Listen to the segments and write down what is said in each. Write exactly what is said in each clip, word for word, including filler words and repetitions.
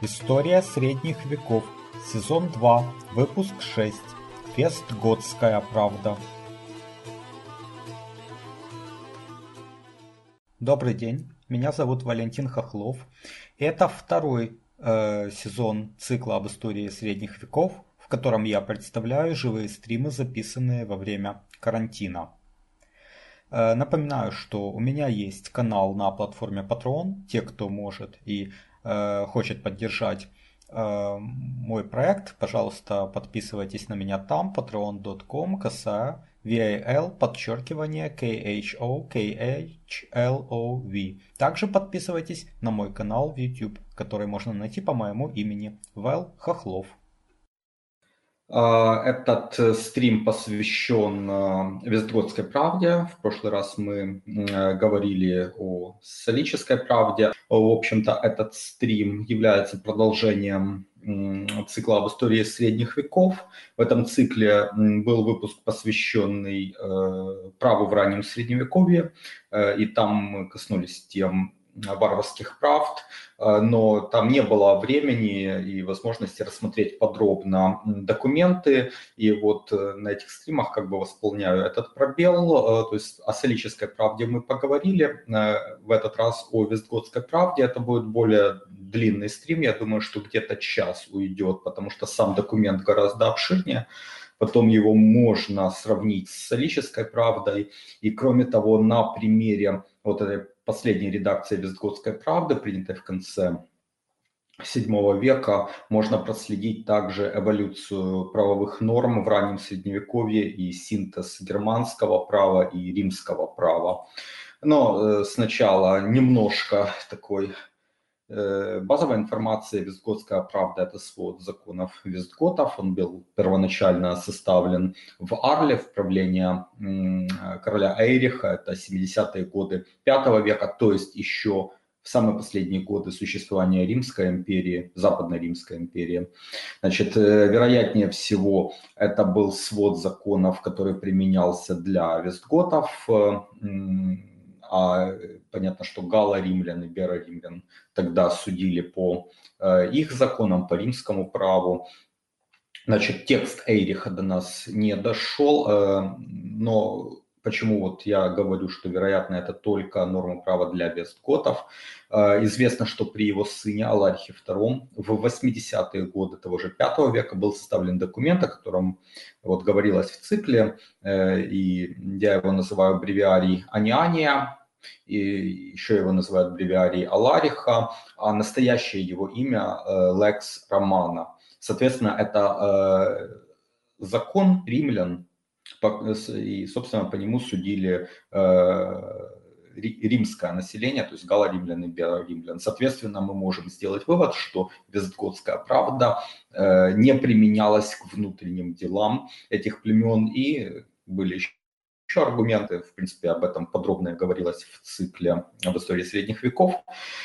История средних веков. Сезон два. Выпуск шесть. Вестготская правда. Добрый день. Меня зовут Валентин Хохлов. Это второй э, сезон цикла об истории средних веков, в котором я представляю живые стримы, записанные во время карантина. Э, напоминаю, что у меня есть канал на платформе Patreon. Те, кто может и э, хочет поддержать э, мой проект, пожалуйста, подписывайтесь на меня там, patreon точка com, косая val, подчеркивание khokhlov. Также подписывайтесь на мой канал в YouTube, который можно найти по моему имени Вэл Хохлов. Этот стрим посвящен Вестготской правде. В прошлый раз мы говорили о Солической правде. В общем-то, этот стрим является продолжением цикла об истории средних веков. В этом цикле был выпуск, посвященный праву в раннем средневековье, и там мы коснулись тем варварских правд, но там не было времени и возможности рассмотреть подробно документы, и вот на этих стримах как бы восполняю этот пробел. То есть о Солической правде мы поговорили, в этот раз о Вестготской правде. Это будет более длинный стрим, я думаю, что где-то час уйдет, потому что сам документ гораздо обширнее. Потом его можно сравнить с Солической правдой. И кроме того, на примере вот этой последней редакции Вестготской правды, принятой в конце седьмого века, можно проследить также эволюцию правовых норм в раннем Средневековье и синтез германского права и римского права. Но сначала немножко такой базовая информация. Вестготская правда – это свод законов вестготов. Он был первоначально составлен в Арле в правление короля Эйриха. Это семидесятые годы пятого века, то есть еще в самые последние годы существования Римской империи, Западной Римской империи. Значит, вероятнее всего, это был свод законов, который применялся для вестготов. А понятно, что галло-римлян и беро-римлян тогда судили по э, их законам, по римскому праву. Значит, текст Эйриха до нас не дошел, э, но почему вот я говорю, что, вероятно, это только норма права для вестготов. Э, известно, что при его сыне Аларихе втором в восьмидесятые годы того же пятого века был составлен документ, о котором вот говорилось в цикле, э, и я его называю бревиарий Аниания. И еще его называют бревиарий Алариха, а настоящее его имя Lex Romana. Соответственно, это э, закон римлян, и, собственно, по нему судили э, римское население, то есть галло-римлян и беро-римлян. Соответственно, мы можем сделать вывод, что Вестготская правда э, не применялась к внутренним делам этих племен, и были еще Еще аргументы, в принципе, об этом подробно говорилось в цикле об истории средних веков.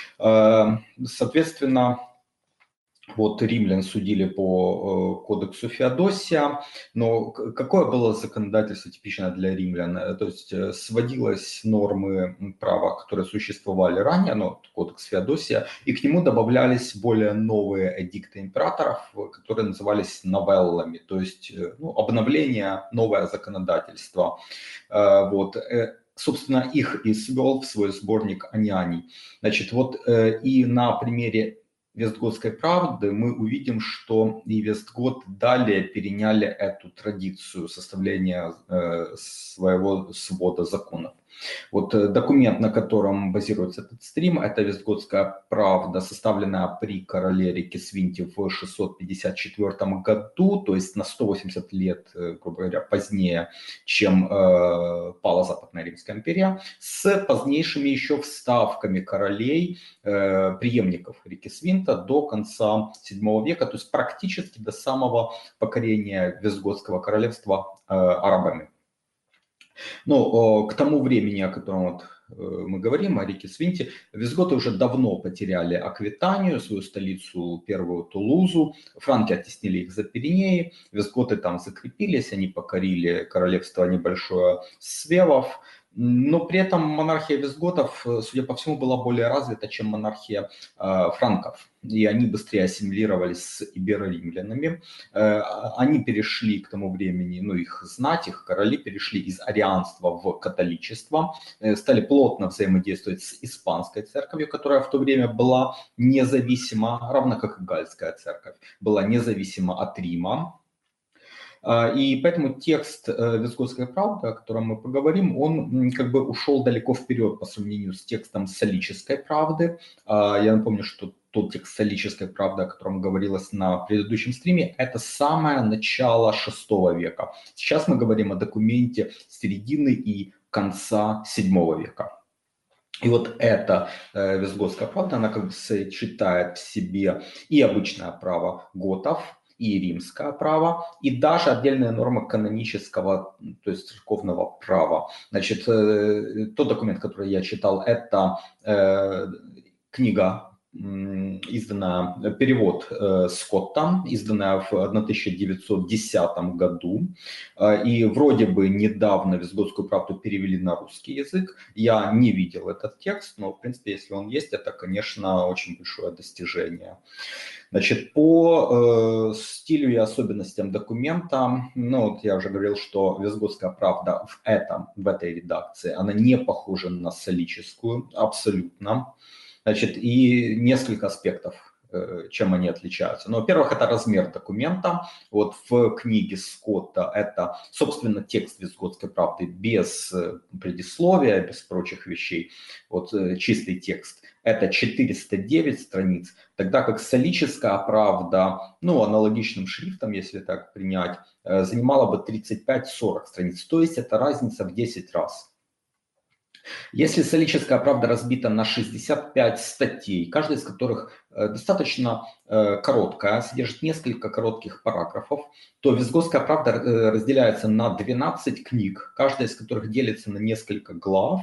Соответственно, вот римлян судили по кодексу Феодосия, но какое было законодательство типичное для римлян? То есть сводилось нормы права, которые существовали ранее, ну, кодекс Феодосия, и к нему добавлялись более новые эдикты императоров, которые назывались новеллами, то есть ну, обновление, новое законодательство. Вот. Собственно, их и свел в свой сборник Анианий. Значит, вот и на примере Вестготской правды мы увидим, что и Вестгот далее переняли эту традицию составления э, своего свода законов. Вот э, документ, на котором базируется этот стрим, это Вестготская правда, составленная при короле Рикисвинте в шестьсот пятьдесят четвёртом году, то есть на сто восемьдесят лет, э, грубо говоря, позднее, чем э, пала Западная Римская империя, с позднейшими еще вставками королей, э, преемников Рикисвинта до конца седьмого века, то есть практически до самого покорения Вестготского королевства э, арабами. Но к тому времени, о котором вот мы говорим, о Рикисвинте, вестготы уже давно потеряли Аквитанию, свою столицу, первую Тулузу. Франки оттеснили их за Пиренеи, вестготы там закрепились, они покорили королевство небольшое свевов. Но при этом монархия визготов, судя по всему, была более развита, чем монархия э, франков. И они быстрее ассимилировались с иберо-римлянами. Э, они перешли к тому времени, ну их знать, их короли перешли из арианства в католичество, э, стали плотно взаимодействовать с испанской церковью, которая в то время была независима, равно как и гальская церковь, была независима от Рима. И поэтому текст «Визготской правды», о котором мы поговорим, он как бы ушел далеко вперед по сравнению с текстом «Солической правды». Я напомню, что тот текст «Солической правды», о котором говорилось на предыдущем стриме, это самое начало шестого века. Сейчас мы говорим о документе середины и конца седьмого века. И вот эта э, Визготская правда, она как бы сочетает в себе и обычное право готов, и римское право, и даже отдельные нормы канонического, то есть церковного права. Значит, э, тот документ, который я читал, это э, книга, изданная, перевод э, Скотта, изданная в тысяча девятьсот десятом году. Э, и вроде бы недавно Визготскую правду перевели на русский язык. Я не видел этот текст, но, в принципе, если он есть, это, конечно, очень большое достижение. Значит, по э, стилю и особенностям документа, ну, вот я уже говорил, что Визготская правда в, этом, в этой редакции, она не похожа на солическую, абсолютно. Значит, и несколько аспектов, э, чем они отличаются. Ну, во-первых, это размер документа. Вот в книге Скотта это, собственно, текст Визготской правды без предисловия, без прочих вещей. Вот э, чистый текст. Это четыреста девять страниц, тогда как солическая правда, ну, аналогичным шрифтом, если так принять, занимала бы тридцать пять сорок страниц. То есть это разница в десять раз. Если солическая правда разбита на шестьдесят пять статей, каждая из которых достаточно короткая, содержит несколько коротких параграфов, то Визготская правда разделяется на двенадцать книг, каждая из которых делится на несколько глав,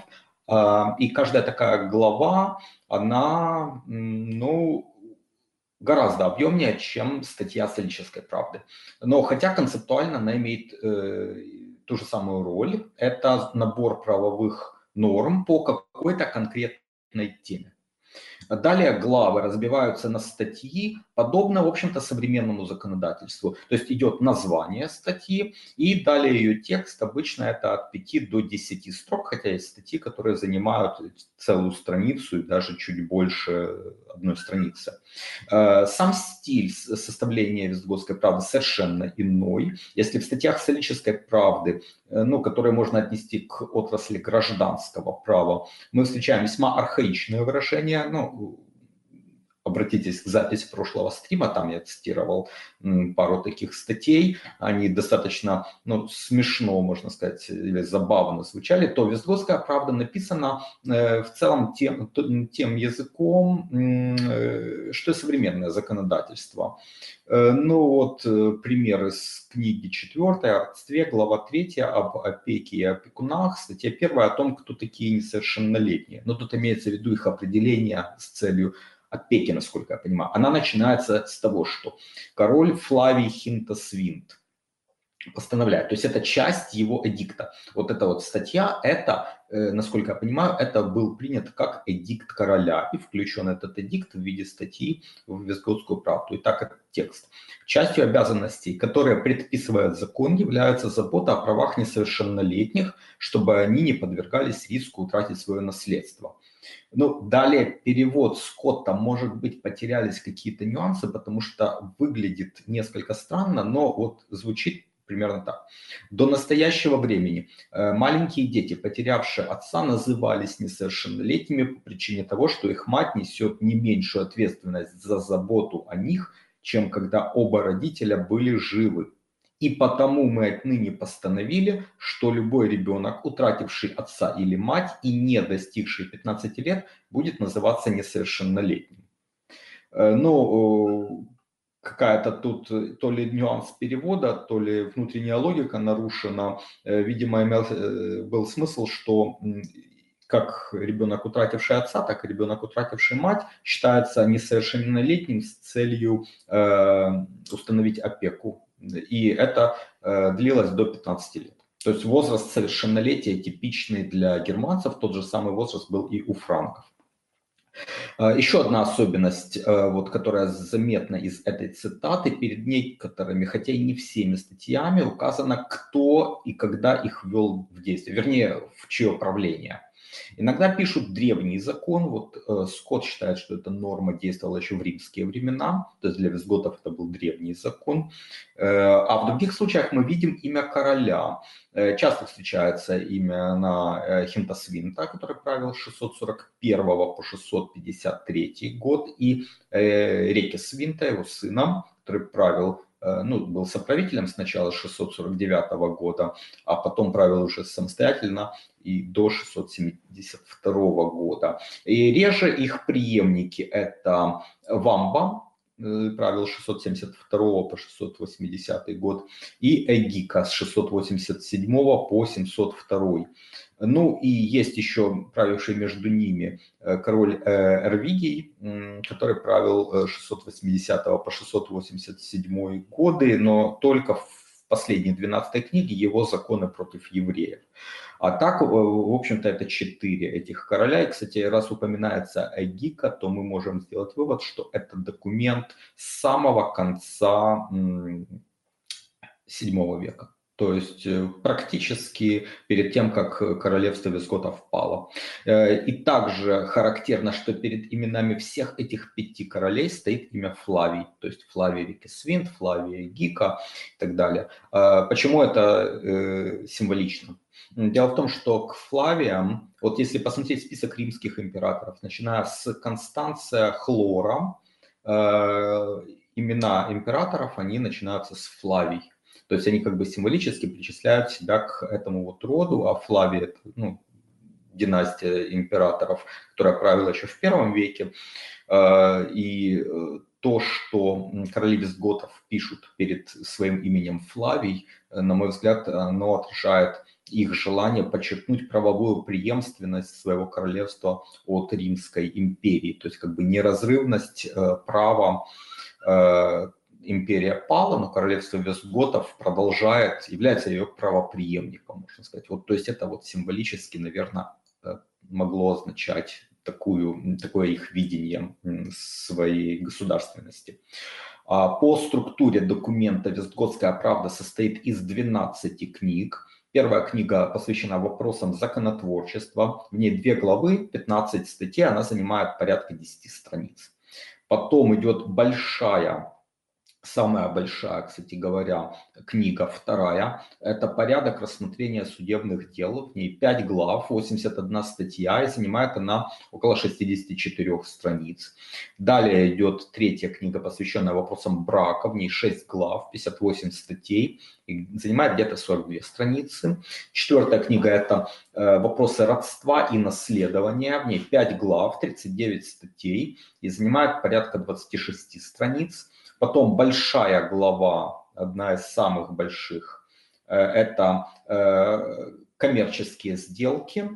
и каждая такая глава, она, ну, гораздо объемнее, чем статья солической правды. Но хотя концептуально она имеет э, ту же самую роль, это набор правовых норм по какой-то конкретной теме. Далее главы разбиваются на статьи, подобно, в общем-то, современному законодательству. То есть идет название статьи, и далее ее текст, обычно это от пяти до десяти строк, хотя есть статьи, которые занимают целую страницу и даже чуть больше одной страницы. Сам стиль составления Визготской правды совершенно иной. Если в статьях солической правды, ну, которые можно отнести к отрасли гражданского права, мы встречаем весьма архаичные выражения, ну, обратитесь к записи прошлого стрима, там я цитировал пару таких статей, они достаточно, ну, смешно, можно сказать, или забавно звучали, то Визготская правда написана э, в целом тем, тем языком, э, что и современное законодательство. Э, ну вот э, пример из книги четвёртой о родстве, глава третья об опеке и опекунах, статья первая о том, кто такие несовершеннолетние. Но тут имеется в виду их определение с целью опеки, насколько я понимаю. Она начинается с того, что король Флавий Хинтосвинт постановляет, то есть это часть его эдикта. Вот эта вот статья, это, насколько я понимаю, это был принят как эдикт короля и включен этот эдикт в виде статьи в Визготскую правду. Итак, это текст. Частью обязанностей, которые предписывает закон, является забота о правах несовершеннолетних, чтобы они не подвергались риску утратить свое наследство. Ну, далее перевод Скотта, может быть, потерялись какие-то нюансы, потому что выглядит несколько странно, но вот звучит примерно так. До настоящего времени маленькие дети, потерявшие отца, назывались несовершеннолетними по причине того, что их мать несет не меньшую ответственность за заботу о них, чем когда оба родителя были живы. И потому мы отныне постановили, что любой ребенок, утративший отца или мать и не достигший пятнадцати лет, будет называться несовершеннолетним. Ну, какая-то тут то ли нюанс перевода, то ли внутренняя логика нарушена. Видимо, имел, был смысл, что как ребенок, утративший отца, так и ребенок, утративший мать, считается несовершеннолетним с целью э, установить опеку. И это э, длилось до пятнадцати лет. То есть возраст совершеннолетия типичный для германцев, тот же самый возраст был и у франков. Еще одна особенность, вот, которая заметна из этой цитаты, перед некоторыми, хотя и не всеми статьями, указано, кто и когда их ввел в действие, вернее, в чье правление. Иногда пишут древний закон, вот э, Скотт считает, что эта норма действовала еще в римские времена, то есть для визготов это был древний закон, э, а в других случаях мы видим имя короля. Э, часто встречается имя на э, Хинтасвинта, который правил с шестьсот сорок первого по шестьсот пятьдесят третий год, и э, Рекисвинта, его сына, который правил, ну, был соправителем сначала с шестьсот сорок девятого года, а потом правил уже самостоятельно и до шестьсот семьдесят второго года. И реже их преемники это Вамба, правил с шестьсот семьдесят второго по шестьсот восьмидесятый год, и Эгика с шестьсот восемьдесят седьмого по семьсот второй. Ну и есть еще правивший между ними король Эрвигий, который правил с шестьсот восьмидесятого по шестьсот восемьдесят седьмой годы, но только в последней двенадцатой книге его законы против евреев. А так, в общем-то, это четыре этих короля. И, кстати, раз упоминается Эгика, то мы можем сделать вывод, что это документ с самого конца седьмого века. То есть практически перед тем, как королевство визготов пало. И также характерно, что перед именами всех этих пяти королей стоит имя Флавий. То есть Флавий Рекисвинт, Флавий Гика и так далее. Почему это символично? Дело в том, что к Флавиям, вот если посмотреть список римских императоров, начиная с Констанция Хлора, имена императоров, они начинаются с Флавий. То есть они как бы символически причисляют себя к этому вот роду, а Флавий это, ну, династия императоров, которая правила еще в первом веке. И то, что короли визготов пишут перед своим именем Флавий, на мой взгляд, оно отражает их желание подчеркнуть правовую преемственность своего королевства от Римской империи, то есть как бы неразрывность права. Империя пала, но королевство визготов продолжает, является ее правопреемником, можно сказать. Вот, то есть это вот символически, наверное, могло означать такую, такое их видение своей государственности. По структуре документа «Вестготская правда» состоит из двенадцати книг. Первая книга посвящена вопросам законотворчества. В ней две главы, пятнадцать статей, она занимает порядка десяти страниц. Потом идет большая, самая большая, кстати говоря, книга, вторая, это порядок рассмотрения судебных дел. В ней пять глав, восемьдесят одна статья, и занимает она около шестидесяти четырёх страниц. Далее идет третья книга, посвященная вопросам брака. В ней шесть глав, пятьдесят восемь статей, и занимает где-то сорок две страницы. Четвертая книга – это э, вопросы родства и наследования. В ней пять глав, тридцать девять статей, и занимает порядка двадцати шести страниц. Потом большая глава, одна из самых больших, это коммерческие сделки.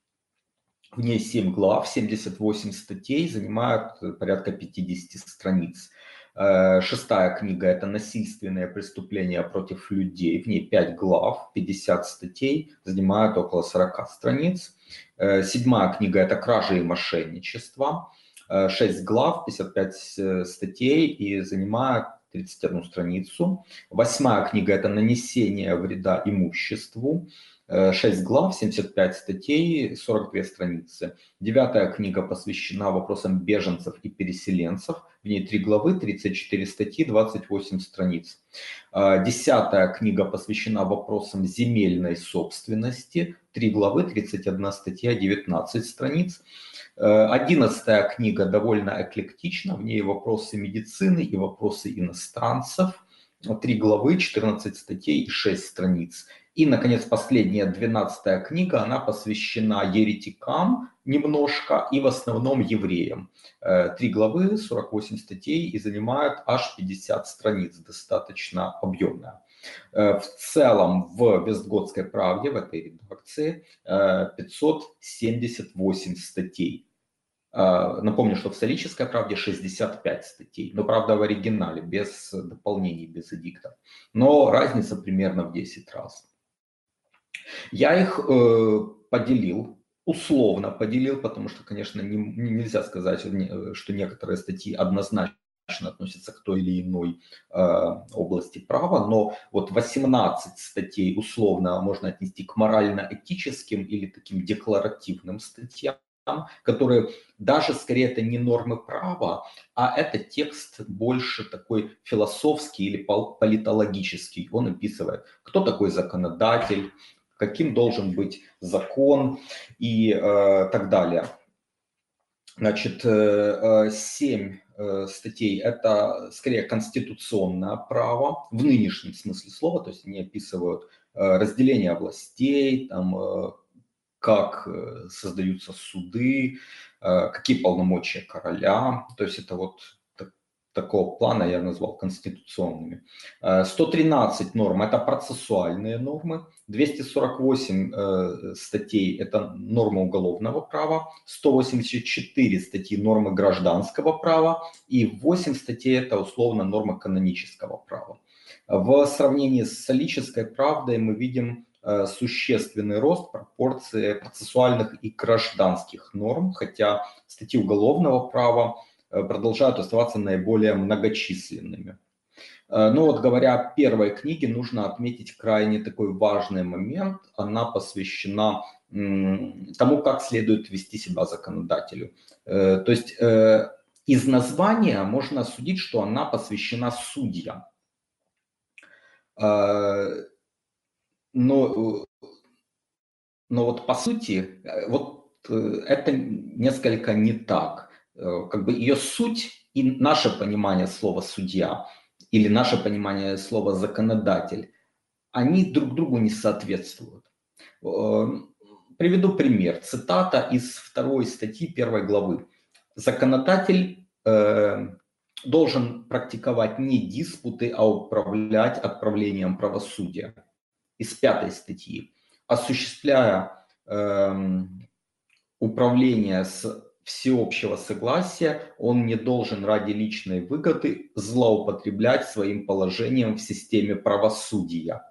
В ней семь глав, семьдесят восемь статей, занимают порядка пятидесяти страниц. Шестая книга – это насильственные преступления против людей. В ней пять глав, пятьдесят статей, занимают около сорока страниц. Седьмая книга – это кражи и мошенничество. шесть глав, пятьдесят пять статей и занимает тридцать одну страницу. Восьмая книга – это нанесение вреда имуществу. шесть глав, семьдесят пять статей, сорок две страницы. Девятая книга посвящена вопросам беженцев и переселенцев. В ней три главы, тридцать четыре статьи, двадцать восемь страниц. Десятая книга посвящена вопросам земельной собственности. три главы, тридцать одна статья, девятнадцать страниц. Одиннадцатая книга довольно эклектична. В ней вопросы медицины и вопросы иностранцев. Три главы, четырнадцать статей и шесть страниц. И, наконец, последняя, двенадцатая книга, она посвящена еретикам немножко и в основном евреям. Три главы, сорок восемь статей и занимает аж пятьдесят страниц, достаточно объемная. В целом в Вестготской правде, в этой редакции, пятьсот семьдесят восемь статей. Напомню, что в Солической правде шестьдесят пять статей, но, правда, в оригинале, без дополнений, без эдиктов. Но разница примерно в десять раз. Я их э, поделил, условно поделил, потому что э, поделил, условно поделил, потому что, конечно, не, нельзя сказать, что некоторые статьи однозначно относятся к той или иной э, области права, но вот восемнадцать статей условно можно отнести к морально-этическим или таким декларативным статьям, которые даже скорее это не нормы права, а это текст больше такой философский или политологический. Он описывает, кто такой законодатель, каким должен быть закон и э, так далее. Значит, семь статей – это скорее конституционное право в нынешнем смысле слова, то есть они описывают разделение властей, там, как создаются суды, какие полномочия короля, то есть это вот такого плана я назвал конституционными. сто тринадцать норм – это процессуальные нормы, двести сорок восемь э, статей – это нормы уголовного права, сто восемьдесят четыре статьи – нормы гражданского права и восемь статей – это условно нормы канонического права. В сравнении с солической правдой мы видим э, существенный рост пропорции процессуальных и гражданских норм, хотя статьи уголовного права продолжают оставаться наиболее многочисленными. Ну вот говоря о первой книге, нужно отметить крайне такой важный момент. Она посвящена тому, как следует вести себя законодателю. То есть из названия можно судить, что она посвящена судьям. Но, но вот по сути, вот это несколько не так. Как бы ее суть и наше понимание слова «судья» или наше понимание слова «законодатель», они друг другу не соответствуют. Приведу пример. Цитата из второй статьи первой главы. Законодатель э, должен практиковать не диспуты, а управлять отправлением правосудия. Из пятой статьи. Осуществляя э, управление с всеобщего согласия, он не должен ради личной выгоды злоупотреблять своим положением в системе правосудия.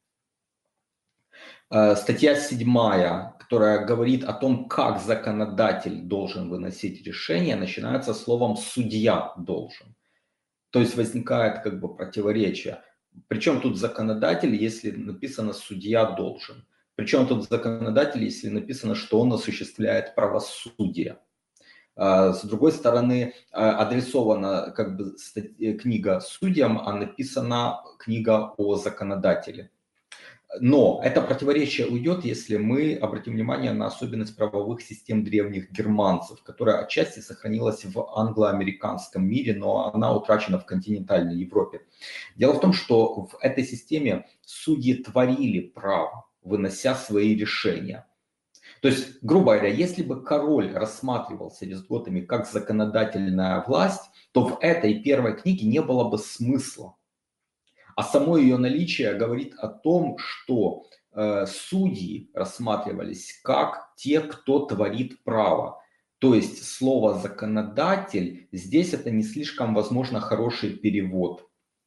Статья седьмая, которая говорит о том, как законодатель должен выносить решение, начинается словом «судья должен». То есть возникает как бы противоречие. Причем тут законодатель, если написано «судья должен». Причем тут законодатель, если написано, что он осуществляет правосудие. С другой стороны, адресована как бы книга судьям, а написана книга о законодателе. Но это противоречие уйдет, если мы обратим внимание на особенность правовых систем древних германцев, которая отчасти сохранилась в англо-американском мире, но она утрачена в континентальной Европе. Дело в том, что в этой системе судьи творили право, вынося свои решения. То есть, грубо говоря, если бы король рассматривался визготами как законодательная власть, то в этой первой книге не было бы смысла. А само ее наличие говорит о том, что э, судьи рассматривались как те, кто творит право. То есть слово «законодатель» здесь это не слишком, возможно, хороший перевод.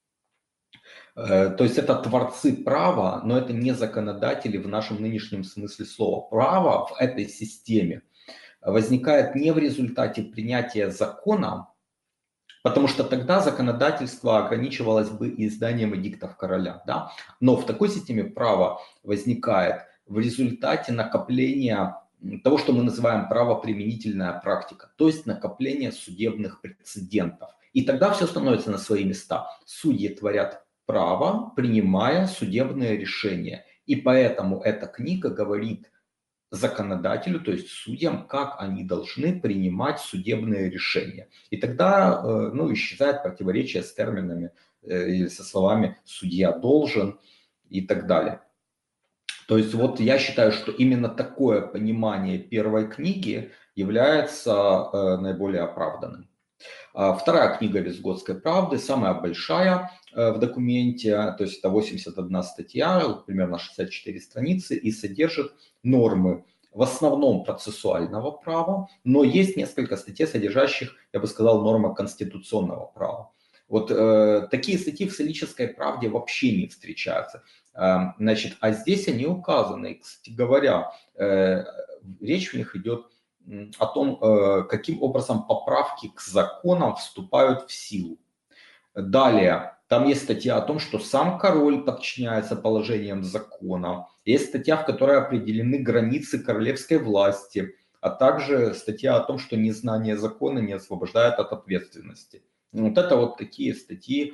Э, то есть это творцы права, но это не законодатели в нашем нынешнем смысле слова. Право в этой системе возникает не в результате принятия закона, потому что тогда законодательство ограничивалось бы изданием эдиктов короля. Да? Но в такой системе право возникает в результате накопления того, что мы называем правоприменительная практика, то есть накопление судебных прецедентов. И тогда все становится на свои места. Судьи творят право, принимая судебные решения. И поэтому эта книга говорит законодателю, то есть судьям, как они должны принимать судебные решения. И тогда ну, исчезает противоречие с терминами или со словами «судья должен» и так далее. То есть вот я считаю, что именно такое понимание первой книги является наиболее оправданным. Вторая книга Визготской правды, самая большая в документе, то есть это восемьдесят одна статья, примерно шестьдесят четыре страницы, и содержит нормы в основном процессуального права, но есть несколько статей, содержащих, я бы сказал, нормы конституционного права. Вот э, такие статьи в «Солической правде» вообще не встречаются. Э, значит, а здесь они указаны. И, кстати говоря, э, речь в них идет о том, э, каким образом поправки к законам вступают в силу. Далее, там есть статья о том, что сам король подчиняется положениям закона. Есть статья, в которой определены границы королевской власти, а также статья о том, что незнание закона не освобождает от ответственности. Вот это вот такие статьи,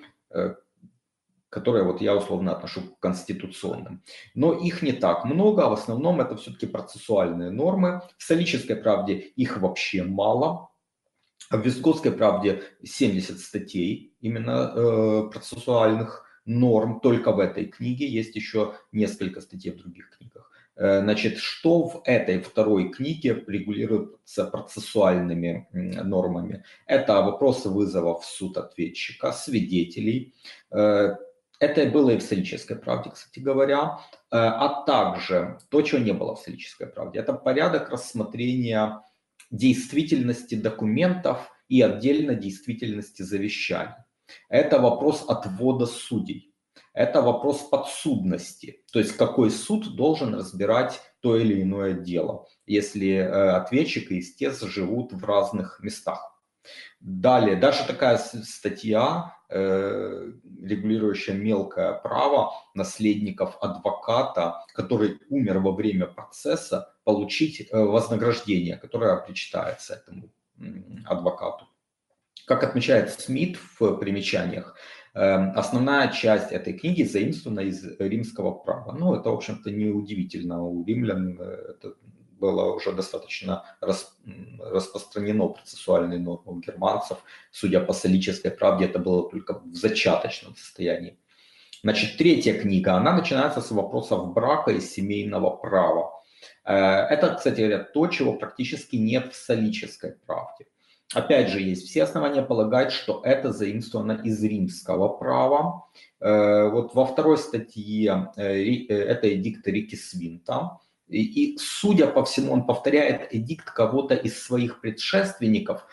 которые вот я условно отношу к конституционным. Но их не так много, а в основном это все-таки процессуальные нормы. В «Солической правде» их вообще мало. В «Вестготской правде» семьдесят статей именно э, процессуальных норм только в этой книге. Есть еще несколько статей в других книгах. Э, значит, что в этой второй книге регулируется процессуальными нормами? Это вопросы вызова в суд ответчика, свидетелей. Э, это было и в «Солической правде», кстати говоря. Э, а также то, чего не было в «Солической правде», это порядок рассмотрения действительности документов и отдельно действительности завещаний. Это вопрос отвода судей. Это вопрос подсудности. То есть какой суд должен разбирать то или иное дело, если ответчик и истец живут в разных местах. Далее, даже такая статья, э, регулирующая мелкое право наследников адвоката, который умер во время процесса, получить э, вознаграждение, которое причитается этому э, адвокату. Как отмечает Смит в примечаниях, э, основная часть этой книги заимствована из римского права. Ну, это, в общем-то, неудивительно. У римлян это было уже достаточно рас, распространено процессуальные нормы у германцев. Судя по «Солической правде», это было только в зачаточном состоянии. Значит, третья книга, она начинается с вопросов брака и семейного права. Это, кстати говоря, то, чего практически нет в «Солической правде». Опять же, есть все основания полагать, что это заимствовано из римского права. Вот во второй статье это эдикт Рикисвинта. И, судя по всему, он повторяет эдикт кого-то из своих предшественников,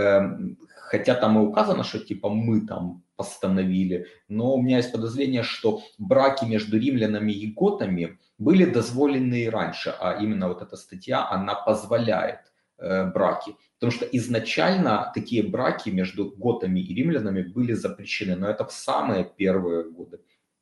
хотя там и указано, что типа мы там постановили, но у меня есть подозрение, что браки между римлянами и готами были дозволены и раньше, а именно вот эта статья, она позволяет браки. Потому что изначально такие браки между готами и римлянами были запрещены, но это в самые первые годы.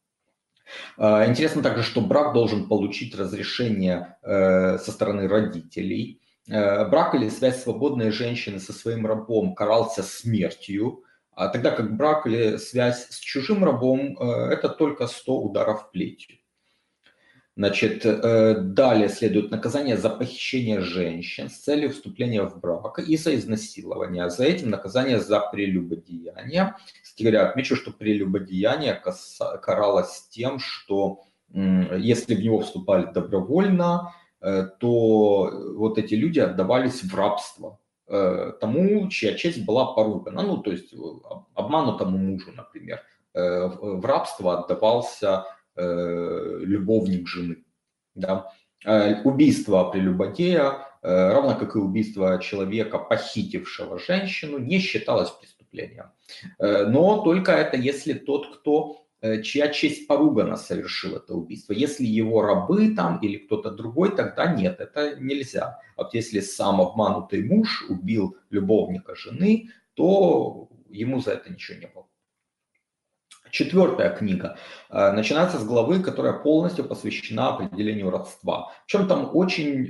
Интересно также, что брак должен получить разрешение со стороны родителей. Брак или связь свободной женщины со своим рабом карался смертью, а тогда как брак или связь с чужим рабом – это только сто ударов плетью. Значит, далее следует наказание за похищение женщин с целью вступления в брак и за изнасилование. За этим наказание за прелюбодеяние. Кстати говоря, отмечу, что прелюбодеяние каралось тем, что если в него вступали добровольно, то вот эти люди отдавались в рабство тому, чья честь была поругана. Ну, то есть обманутому мужу, например. В рабство отдавался любовник жены. Да. Убийство прелюбодея, равно как и убийство человека, похитившего женщину, не считалось преступлением. Но только это если тот, кто, чья честь поругана, совершил это убийство. Если его рабы там или кто-то другой, тогда нет, это нельзя. А вот если сам обманутый муж убил любовника жены, то ему за это ничего не было. Четвертая книга начинается с главы, которая полностью посвящена определению родства. Причем там очень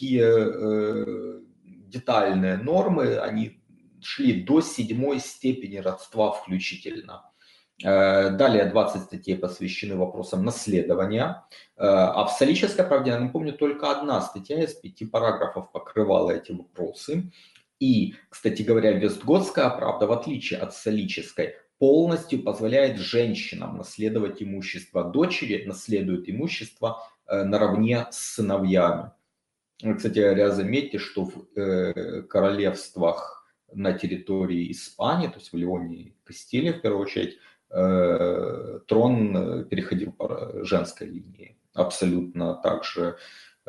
такие детальные нормы, они шли до седьмой степени родства включительно. Далее двадцать статей посвящены вопросам наследования. А в «Солической правде», я напомню, только одна статья из пяти параграфов покрывала эти вопросы. И, кстати говоря, «Вестготская правда», в отличие от «Солической», полностью позволяет женщинам наследовать имущество. Дочери наследуют имущество наравне с сыновьями. Кстати говоря, заметьте, что в королевствах на территории Испании, то есть в Леоне и Кастилии, в первую очередь, трон переходил по женской линии. Абсолютно так же,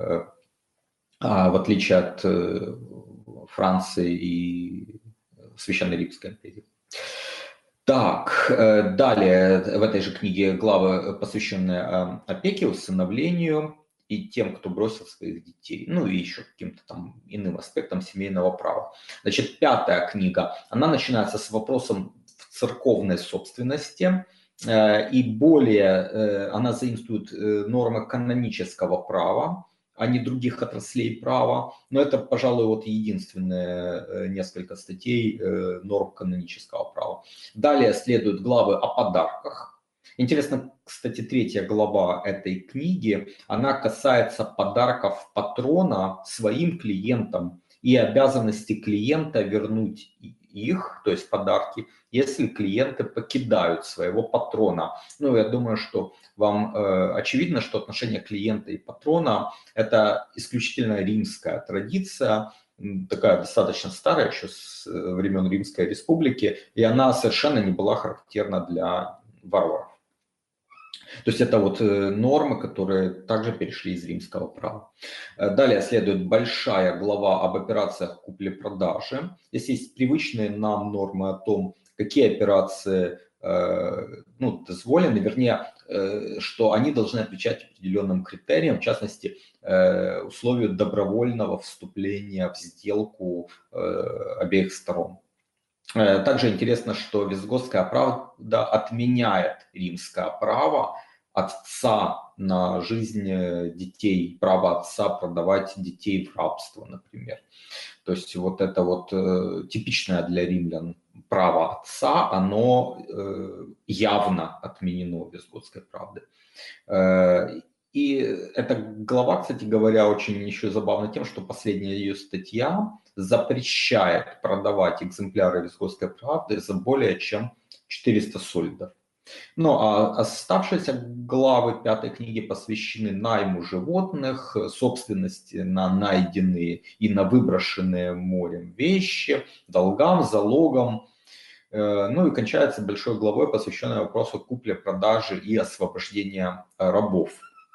в отличие от Франции и Священной Римской империи. Так, э, далее в этой же книге главы, посвященные э, опеке, усыновлению и тем, кто бросил своих детей, ну и еще каким-то там иным аспектам семейного права. Значит, пятая книга, она начинается с вопросом церковной собственности, э, и более э, она заимствует э, нормы канонического права, а не других отраслей права. Но это, пожалуй, вот единственные э, несколько статей э, норм канонического права. Далее следуют главы о подарках. Интересно, кстати, третья глава этой книги, она касается подарков патрона своим клиентам и обязанности клиента вернуть их, то есть подарки, если клиенты покидают своего патрона. Ну, я думаю, что вам э, очевидно, что отношение клиента и патрона – это исключительно римская традиция, такая достаточно старая, еще с времен Римской Республики, и она совершенно не была характерна для варваров. То есть это вот нормы, которые также перешли из римского права. Далее следует большая глава об операциях купли-продажи. Здесь есть привычные нам нормы о том, какие операции ну, дозволены, вернее, что они должны отвечать определенным критериям, в частности, условию добровольного вступления в сделку обеих сторон. Также интересно, что Визготская правда отменяет римское право отца на жизнь детей, право отца продавать детей в рабство, например. То есть вот это вот э, типичное для римлян право отца, оно э, явно отменено в Визготской правде. Э, и эта глава, кстати говоря, очень еще забавна тем, что последняя ее статья запрещает продавать экземпляры Визготской правды за более чем четыреста сольдов. Ну а оставшиеся главы пятой книги посвящены найму животных, собственности на найденные и на выброшенные морем вещи, долгам, залогам. Ну и кончается большой главой, посвященной вопросу купли-продажи и освобождения рабов.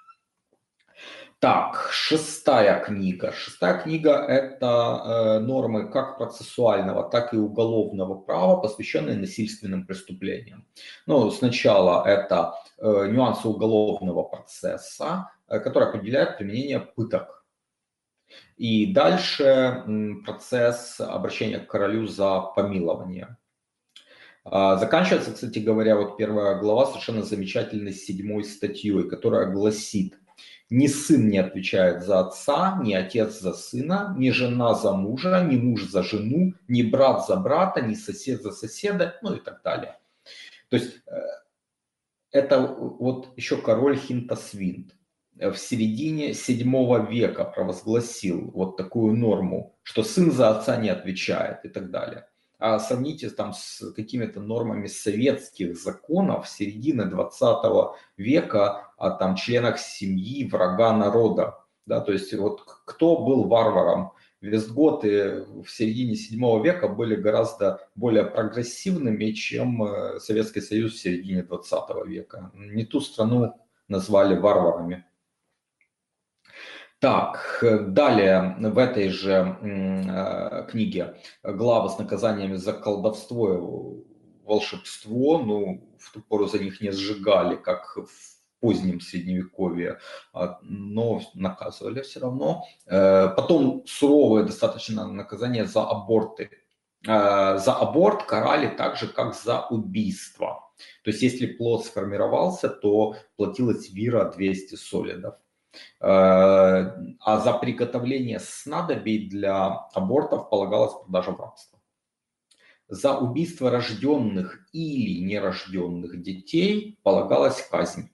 Так, шестая книга. Шестая книга – это э, нормы как процессуального, так и уголовного права, посвященные насильственным преступлениям. Ну, сначала это э, нюансы уголовного процесса, э, который определяет применение пыток. И дальше э, процесс обращения к королю за помилование. А, заканчивается, кстати говоря, вот первая глава совершенно замечательной седьмой статьей, которая гласит: ни сын не отвечает за отца, ни отец за сына, ни жена за мужа, ни муж за жену, ни брат за брата, ни сосед за соседа, ну и так далее. То есть это вот еще король Хинтасвинт в середине седьмого века провозгласил вот такую норму, что сын за отца не отвечает и так далее. А сравните там с какими-то нормами советских законов середины двадцатого века о там членах семьи врага народа. Да, то есть вот кто был варваром? Вестготы в середине седьмого века были гораздо более прогрессивными, чем Советский Союз в середине двадцатого века. Не ту страну назвали варварами. Так, далее в этой же э, книге главы с наказаниями за колдовство и волшебство, ну, в ту пору за них не сжигали, как в позднем средневековье, но наказывали все равно. Э, потом суровое достаточно наказание за аборты. Э, за аборт карали так же, как за убийство. То есть если плод сформировался, то платилась вира двести солидов. А за приготовление снадобий для абортов полагалась продажа в рабство. За убийство рожденных или нерожденных детей полагалась казнь.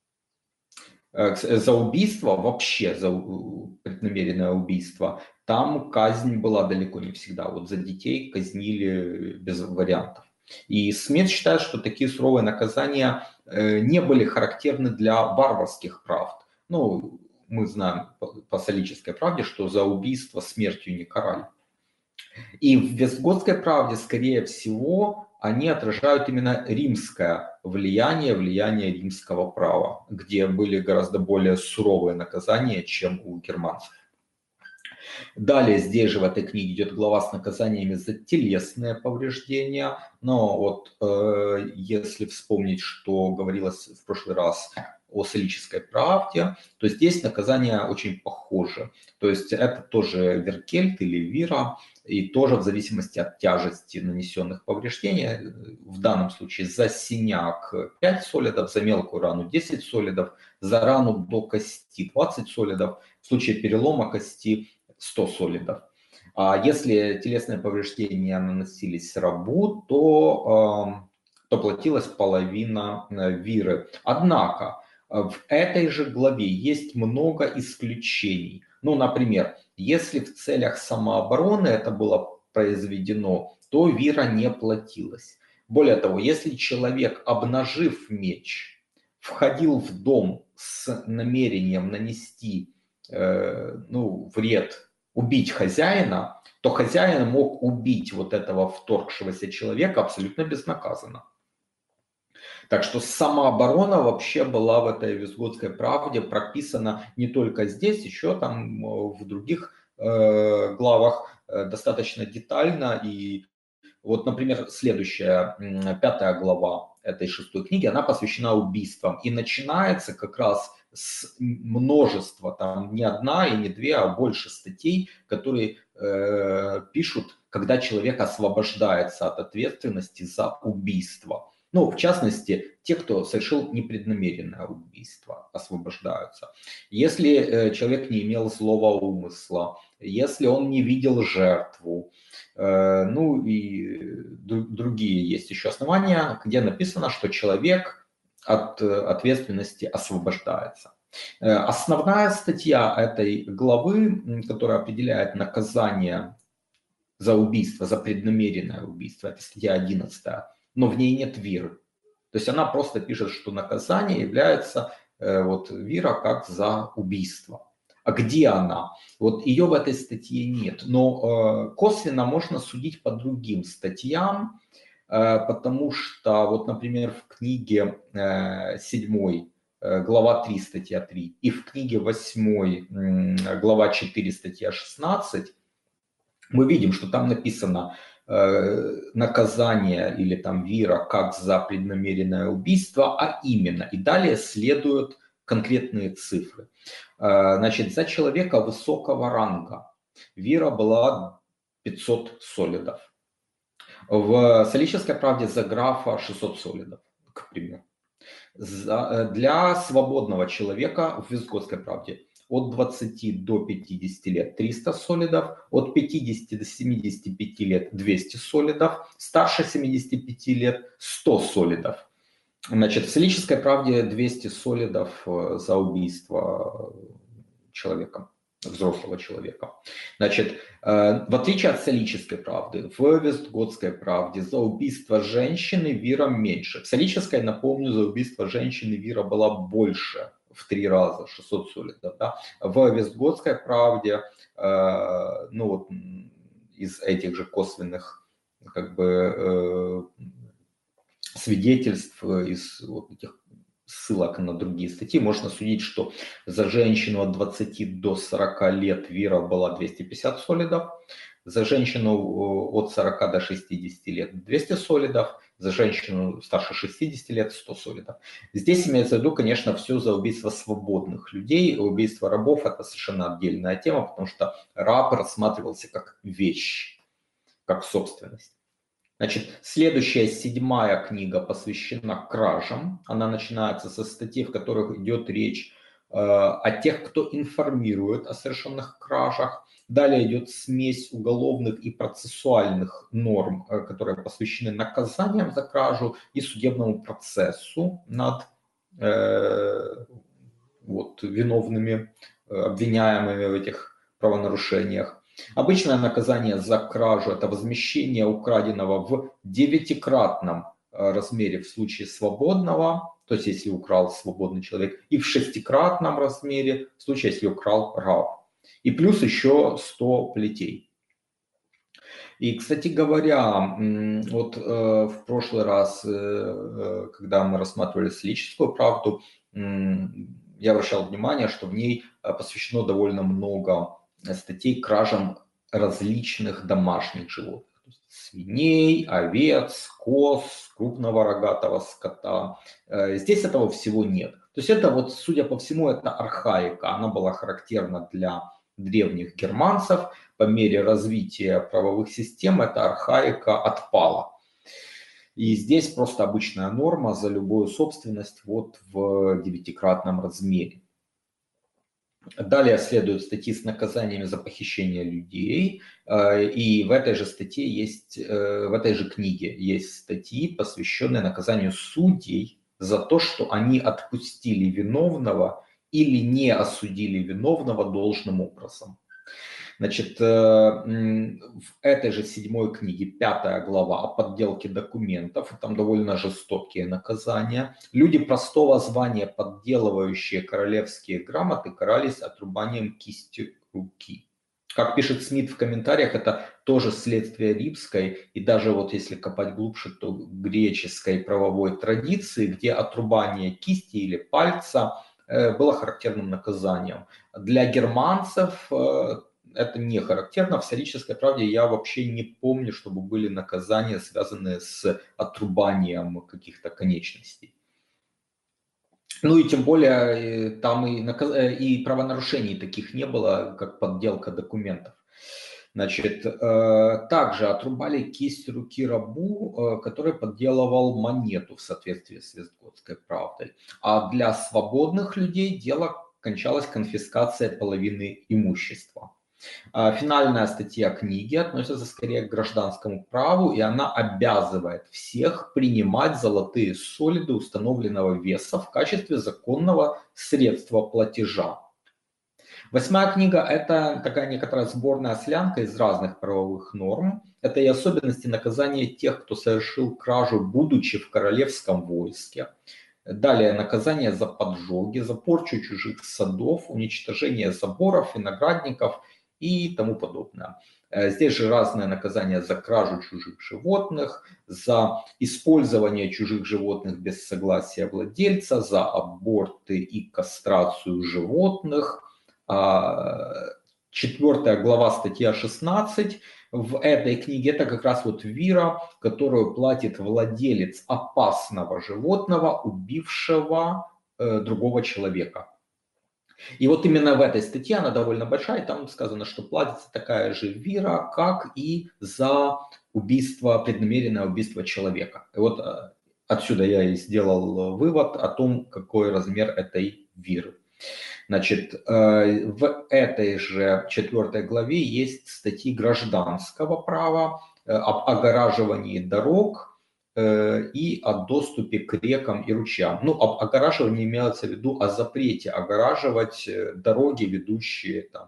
За убийство, вообще за преднамеренное убийство, там казнь была далеко не всегда. Вот за детей казнили без вариантов. И Смит считает, что такие суровые наказания не были характерны для варварских правд. Ну, мы знаем по солической правде, что за убийство смертью не карали. И в Вестготской правде, скорее всего, они отражают именно римское влияние, влияние римского права, где были гораздо более суровые наказания, чем у германцев. Далее здесь же в этой книге идет глава с наказаниями за телесные повреждения. Но вот э, если вспомнить, что говорилось в прошлый раз о солической правде, то здесь наказания очень похожи. То есть это тоже веркельт или вира, и тоже в зависимости от тяжести нанесенных повреждений. В данном случае за синяк пять солидов, за мелкую рану десять солидов, за рану до кости двадцать солидов, в случае перелома кости сто солидов. А если телесные повреждения наносились рабу, то, то платилась половина виры. Однако в этой же главе есть много исключений. Ну, например, если в целях самообороны это было произведено, то вира не платилась. Более того, если человек, обнажив меч, входил в дом с намерением нанести э, ну, вред, убить хозяина, то хозяин мог убить вот этого вторгшегося человека абсолютно безнаказанно. Так что самооборона вообще была в этой Вестготской правде прописана не только здесь, еще там в других э, главах э, достаточно детально. И вот, например, следующая, пятая глава этой шестой книги, она посвящена убийствам. И начинается как раз с множества, там не одна и не две, а больше статей, которые э, пишут, когда человек освобождается от ответственности за убийство. Ну, в частности, те, кто совершил непреднамеренное убийство, освобождаются. Если э, человек не имел злого умысла, если он не видел жертву, э, ну и д- другие есть еще основания, где написано, что человек от э, ответственности освобождается. Э, основная статья этой главы, которая определяет наказание за убийство, за преднамеренное убийство, это статья одиннадцатая, но в ней нет виры. То есть она просто пишет, что наказание является э, вот вира как за убийство. А где она? Вот ее в этой статье нет. Но э, косвенно можно судить по другим статьям, э, потому что вот, например, в книге э, седьмой, э, глава три, статья три, и в книге восьмой, э, глава четыре, статья шестнадцать, мы видим, что там написано э, наказание или там вира как за преднамеренное убийство, а именно. И далее следуют конкретные цифры. Э, значит, за человека высокого ранга вира была пятьсот солидов. В солической правде за графа шестьсот солидов, к примеру. За, для свободного человека в Вестготской правде от двадцати до пятидесяти лет триста солидов, от пятидесяти до семидесяти пяти лет двести солидов, старше семидесяти пяти лет сто солидов. Значит, в солической правде двести солидов за убийство человека, взрослого человека. Значит, в отличие от солической правды, в Вестготской правде за убийство женщины вира меньше. В солической, напомню, за убийство женщины вира была больше в три раза, шестьсот солидов. Да? В Вестготской правде, ну вот из этих же косвенных как бы свидетельств, из вот этих ссылок на другие статьи, можно судить, что за женщину от двадцати до сорока лет вира была двести пятьдесят солидов, за женщину от сорока до шестидесяти лет двести солидов, за женщину старше шестидесяти лет сто солидов. Здесь имеется в виду, конечно, все за убийство свободных людей. Убийство рабов – это совершенно отдельная тема, потому что раб рассматривался как вещь, как собственность. Значит, следующая, седьмая книга посвящена кражам. Она начинается со статей, в которых идет речь э, о тех, кто информирует о совершенных кражах. Далее идет смесь уголовных и процессуальных норм, э, которые посвящены наказаниям за кражу и судебному процессу над э, вот, виновными, э, обвиняемыми в этих правонарушениях. Обычное наказание за кражу – это возмещение украденного в девятикратном размере в случае свободного, то есть если украл свободный человек, и в шестикратном размере в случае, если украл раб. И плюс еще сто плетей. И, кстати говоря, вот в прошлый раз, когда мы рассматривали солическую правду, я обращал внимание, что в ней посвящено довольно много статей к кражам различных домашних животных. Свиней, овец, коз, крупного рогатого скота. Здесь этого всего нет. То есть это вот, судя по всему, это архаика. Она была характерна для древних германцев. По мере развития правовых систем эта архаика отпала. И здесь просто обычная норма за любую собственность вот в девятикратном размере. Далее следуют статьи с наказаниями за похищение людей. И в этой же статье есть, в этой же книге есть статьи, посвященные наказанию судей за то, что они отпустили виновного или не осудили виновного должным образом. Значит, в этой же седьмой книге, пятая глава о подделке документов, там довольно жестокие наказания. Люди простого звания, подделывающие королевские грамоты, карались отрубанием кисти руки. Как пишет Смит в комментариях, это тоже следствие римской и даже вот если копать глубже, то греческой правовой традиции, где отрубание кисти или пальца было характерным наказанием. Для германцев это не характерно. В исторической правде я вообще не помню, чтобы были наказания, связанные с отрубанием каких-то конечностей. Ну и тем более там и, наказ... и правонарушений таких не было, как подделка документов. Значит, также отрубали кисть руки рабу, который подделывал монету в соответствии с Вестготской правдой. А для свободных людей дело кончалось конфискацией половины имущества. Финальная статья книги относится скорее к гражданскому праву, и она обязывает всех принимать золотые солиды установленного веса в качестве законного средства платежа. Восьмая книга – это такая некоторая сборная слянка из разных правовых норм. Это и особенности наказания тех, кто совершил кражу, будучи в королевском войске. Далее наказание за поджоги, за порчу чужих садов, уничтожение заборов, виноградников и тому подобное. Здесь же разные наказания за кражу чужих животных, за использование чужих животных без согласия владельца, за аборты и кастрацию животных. Четвертая глава, статья шестнадцать. В этой книге это как раз вот вира, которую платит владелец опасного животного, убившего э, другого человека. И вот именно в этой статье, она довольно большая, и там сказано, что платится такая же вира, как и за убийство, преднамеренное убийство человека. И вот э, отсюда я и сделал вывод о том, какой размер этой виры. Значит, в этой же четвертой главе есть статьи гражданского права об огораживании дорог и о доступе к рекам и ручьям. Ну, об огораживании имеется в виду о запрете огораживать дороги, ведущие там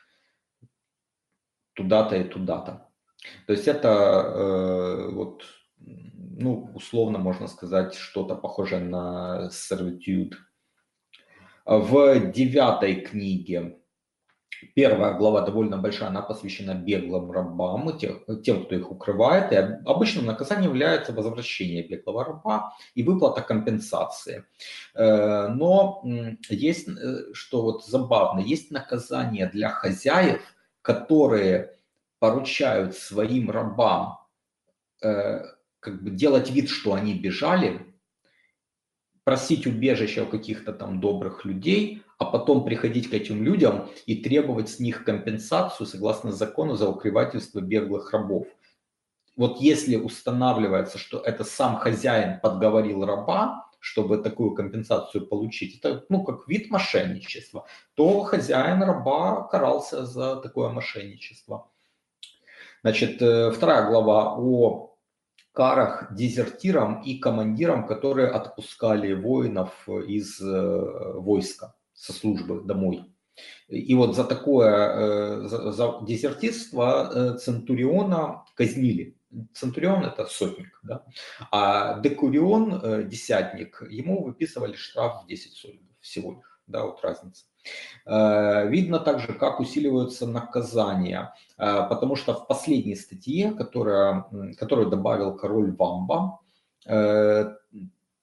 туда-то и туда-то. То есть это вот, ну, условно можно сказать, что-то похожее на сервитюд. В девятой книге, первая глава довольно большая, она посвящена беглым рабам, тех, тем, кто их укрывает. И обычным наказанием является возвращение беглого раба и выплата компенсации. Но есть, что вот забавно, есть наказание для хозяев, которые поручают своим рабам как бы делать вид, что они бежали, просить убежища у каких-то там добрых людей, а потом приходить к этим людям и требовать с них компенсацию согласно закону за укрывательство беглых рабов. Вот если устанавливается, что это сам хозяин подговорил раба, чтобы такую компенсацию получить, это ну, как вид мошенничества, то хозяин раба карался за такое мошенничество. Значит, вторая глава о карах дезертирам и командирам, которые отпускали воинов из войска со службы домой. И вот за такое, за, за дезертирство центуриона казнили. Центурион это сотник, да? А декурион, десятник, ему выписывали штраф в десять солидов всего лишь, да, вот разница. Видно также, как усиливаются наказания, потому что в последней статье, которая, которую добавил король Вамба,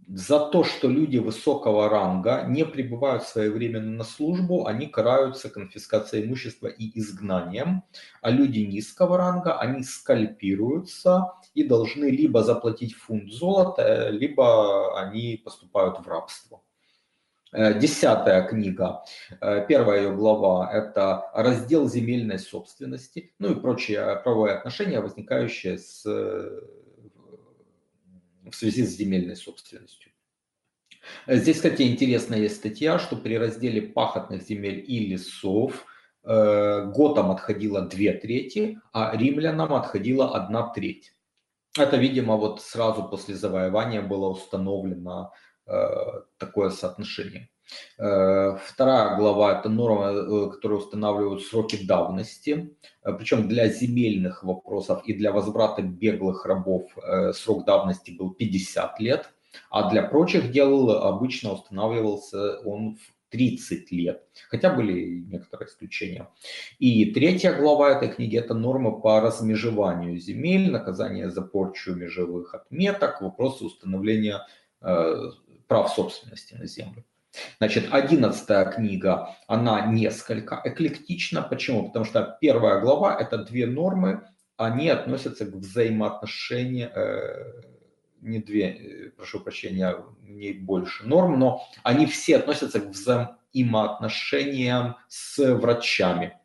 За то, что люди высокого ранга не прибывают своевременно на службу, они караются конфискацией имущества и изгнанием, а люди низкого ранга, они скальпируются и должны либо заплатить фунт золота, либо они поступают в рабство. Десятая книга, первая ее глава – это раздел земельной собственности, ну и прочие правовые отношения, возникающие с, в связи с земельной собственностью. Здесь, кстати, интересная есть статья, что при разделе пахотных земель и лесов готам отходило две трети, а римлянам отходила одна треть. Это, видимо, вот сразу после завоевания было установлено такое соотношение. Вторая глава – это нормы, которые устанавливают сроки давности. Причем для земельных вопросов и для возврата беглых рабов срок давности был пятьдесят лет, а для прочих дел обычно устанавливался он в тридцать лет, хотя были некоторые исключения. И третья глава этой книги – это нормы по размежеванию земель, наказание за порчу межевых отметок, вопросы установления э, прав собственности на землю. Значит, одиннадцатая книга, она несколько эклектична. Почему? Потому что первая глава – это две нормы, они относятся к взаимоотношению, э, не две, прошу прощения, не больше норм, но они все относятся к взаимоотношениям с врачами.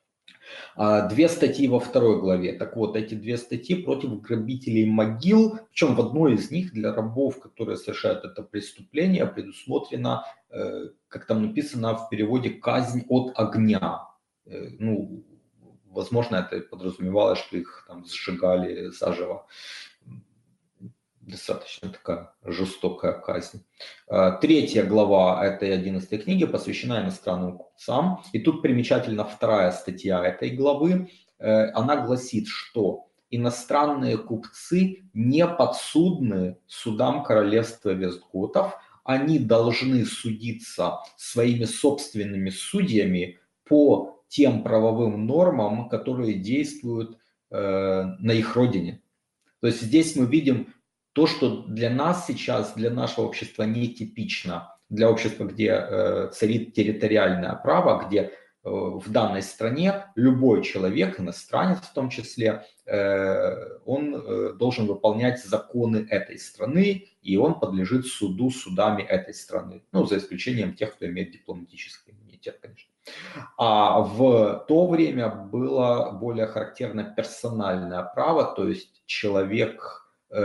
Две статьи во второй главе. Так вот, эти две статьи против грабителей могил, причем в одной из них для рабов, которые совершают это преступление, предусмотрена, как там написано в переводе, казнь от огня. Ну, возможно, это подразумевалось, что их там сжигали заживо. Достаточно такая жестокая казнь. Третья глава этой одиннадцатой книги посвящена иностранным купцам. И тут примечательна вторая статья этой главы. Она гласит, что иностранные купцы не подсудны судам королевства вестготов. Они должны судиться своими собственными судьями по тем правовым нормам, которые действуют на их родине. То есть здесь мы видим то, что для нас сейчас, для нашего общества нетипично, для общества, где э, царит территориальное право, где э, в данной стране любой человек, иностранец в том числе, э, он э, должен выполнять законы этой страны, и он подлежит суду судами этой страны. Ну, за исключением тех, кто имеет дипломатический иммунитет, конечно. А в то время было более характерно персональное право, то есть человек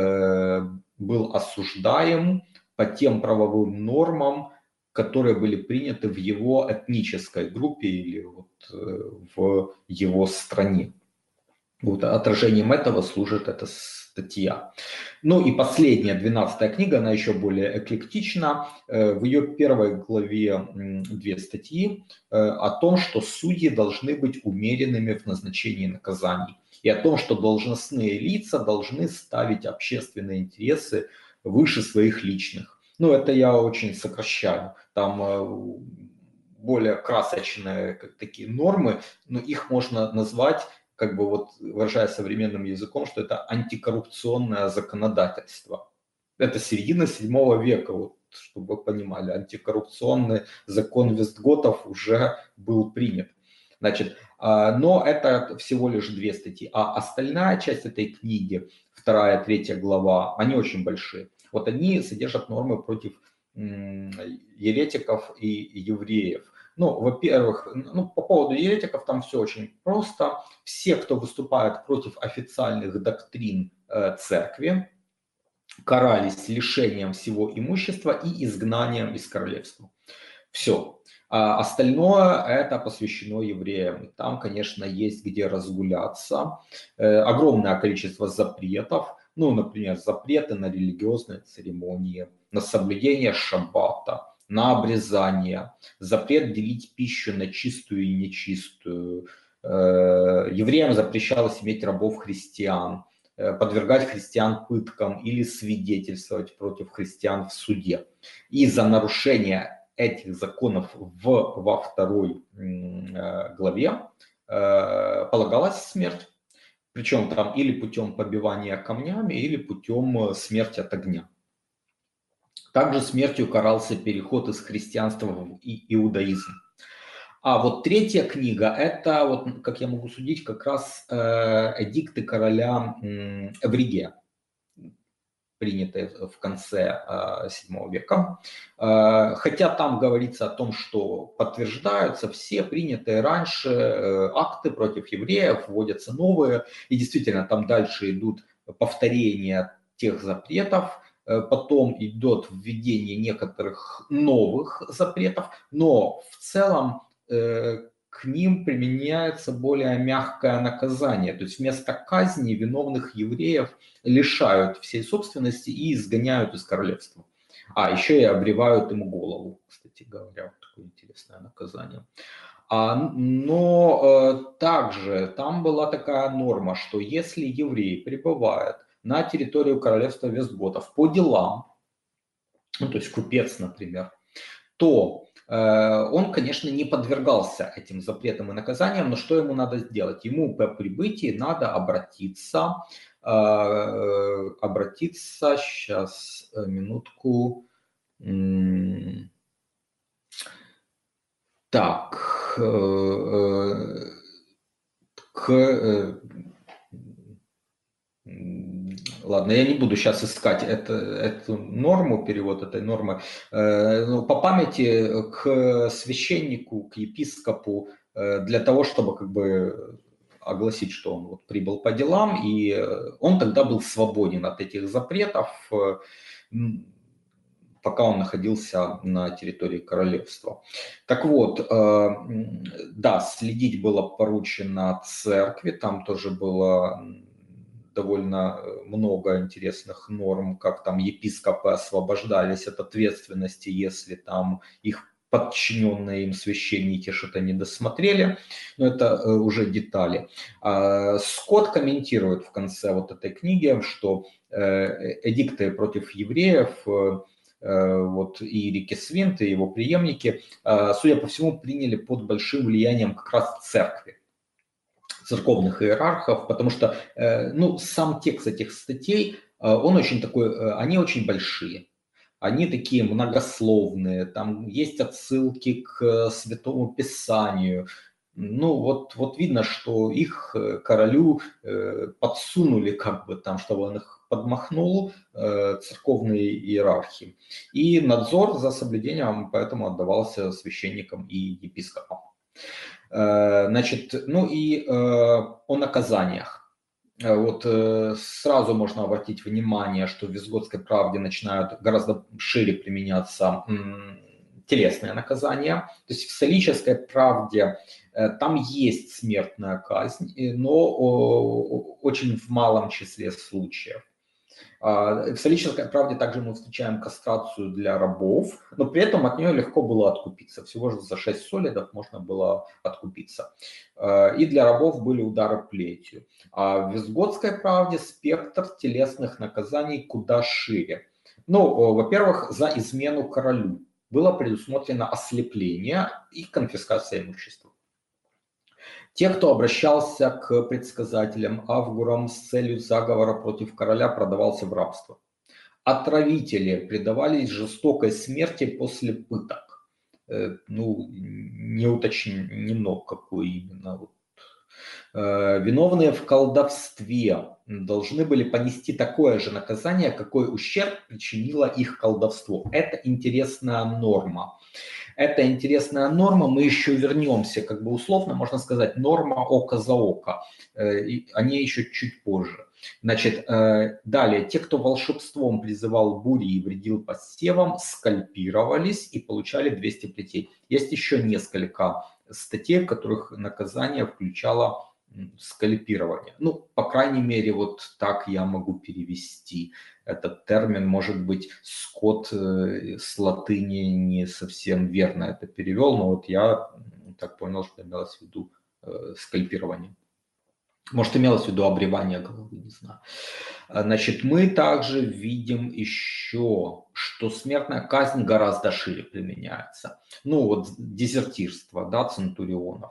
был осуждаем по тем правовым нормам, которые были приняты в его этнической группе или вот в его стране. Вот отражением этого служит эта статья. Ну и последняя, двенадцатая книга, она еще более эклектична. В ее первой главе две статьи о том, что судьи должны быть умеренными в назначении наказаний. И о том, что должностные лица должны ставить общественные интересы выше своих личных. Ну, это я очень сокращаю. Там более красочные как, такие нормы, но их можно назвать, как бы вот выражаясь современным языком, что это антикоррупционное законодательство. Это середина седьмого века, вот, чтобы вы понимали. Антикоррупционный закон вестготов уже был принят. Значит, но это всего лишь две статьи. А остальная часть этой книги, вторая, третья глава, они очень большие. Вот они содержат нормы против еретиков и евреев. Ну, во-первых, ну, по поводу еретиков там все очень просто. Все, кто выступает против официальных доктрин э, церкви, карались лишением всего имущества и изгнанием из королевства. Все. А остальное это посвящено евреям. И там, конечно, есть где разгуляться. Э, огромное количество запретов. Ну, например, запреты на религиозные церемонии, на соблюдение шаббата, на обрезание, запрет делить пищу на чистую и нечистую. Э, евреям запрещалось иметь рабов-христиан, э, подвергать христиан пыткам или свидетельствовать против христиан в суде. И за нарушение этих законов в, во второй э, главе э, полагалась смерть. Причем там или путем побивания камнями, или путем смерти от огня. Также смертью карался переход из христианства в иудаизм. А вот третья книга, это, вот, как я могу судить, как раз эдикты короля Эвригия, принятые в конце седьмого века. Хотя там говорится о том, что подтверждаются все принятые раньше акты против евреев, вводятся новые, и действительно там дальше идут повторения тех запретов, потом идет введение некоторых новых запретов, но в целом к ним применяется более мягкое наказание. То есть вместо казни виновных евреев лишают всей собственности и изгоняют из королевства. А, еще и обревают ему голову, кстати говоря. Вот такое интересное наказание. А, но э, также там была такая норма, что если еврей прибывает на территорию королевства Вестготов по делам, ну, то есть купец, например, то он, конечно, не подвергался этим запретам и наказаниям, но что ему надо сделать? Ему по прибытии надо обратиться, обратиться, сейчас, минутку, так, к... Ладно, я не буду сейчас искать это, эту норму, перевод этой нормы. По памяти к священнику, к епископу, для того, чтобы как бы огласить, что он вот прибыл по делам, и он тогда был свободен от этих запретов, пока он находился на территории королевства. Так вот, да, следить было поручено церкви, там тоже было довольно много интересных норм, как там епископы освобождались от ответственности, если там их подчиненные им священники что-то не досмотрели, но это уже детали. Скотт комментирует в конце вот этой книги, что эдикты против евреев, вот и Рики Свинт, и его преемники, судя по всему, приняли под большим влиянием как раз церкви, церковных иерархов, потому что ну, сам текст этих статей, он очень такой, они очень большие, они такие многословные, там есть отсылки к Святому Писанию. Ну вот, вот видно, что их королю подсунули, как бы там, чтобы он их подмахнул, церковные иерархии. И надзор за соблюдением поэтому отдавался священникам и епископам. Значит, ну и э, о наказаниях. Вот э, сразу можно обратить внимание, что в Вестготской правде начинают гораздо шире применяться м, телесные наказания. То есть в Солической правде э, там есть смертная казнь, но о, очень в малом числе случаев. В Солической правде также мы встречаем кастрацию для рабов, но при этом от нее легко было откупиться. Всего же за шесть солидов можно было откупиться. И для рабов были удары плетью. А в Вестготской правде спектр телесных наказаний куда шире. Ну, во-первых, за измену королю было предусмотрено ослепление и конфискация имущества. Те, кто обращался к предсказателям, авгурам с целью заговора против короля, продавался в рабство. Отравители предавались жестокой смерти после пыток. Ну, не уточнено, какой именно. Виновные в колдовстве должны были понести такое же наказание, какой ущерб причинило их колдовство. Это интересная норма. Это интересная норма, мы еще вернемся, как бы условно можно сказать, норма око за око. О ней еще чуть позже. Значит, далее, те, кто волшебством призывал бури и вредил посевам, скальпировались и получали двести плетей. Есть еще несколько статей, в которых наказание включало скальпирование. Ну, по крайней мере, вот так я могу перевести этот термин. Может быть, Скотт с латыни не совсем верно это перевел, но вот я так понял, что имелось в виду скальпирование. Может, имелось в виду обревание головы, не знаю. Значит, мы также видим еще, что смертная казнь гораздо шире применяется. Ну, вот дезертирство, да, центурионов.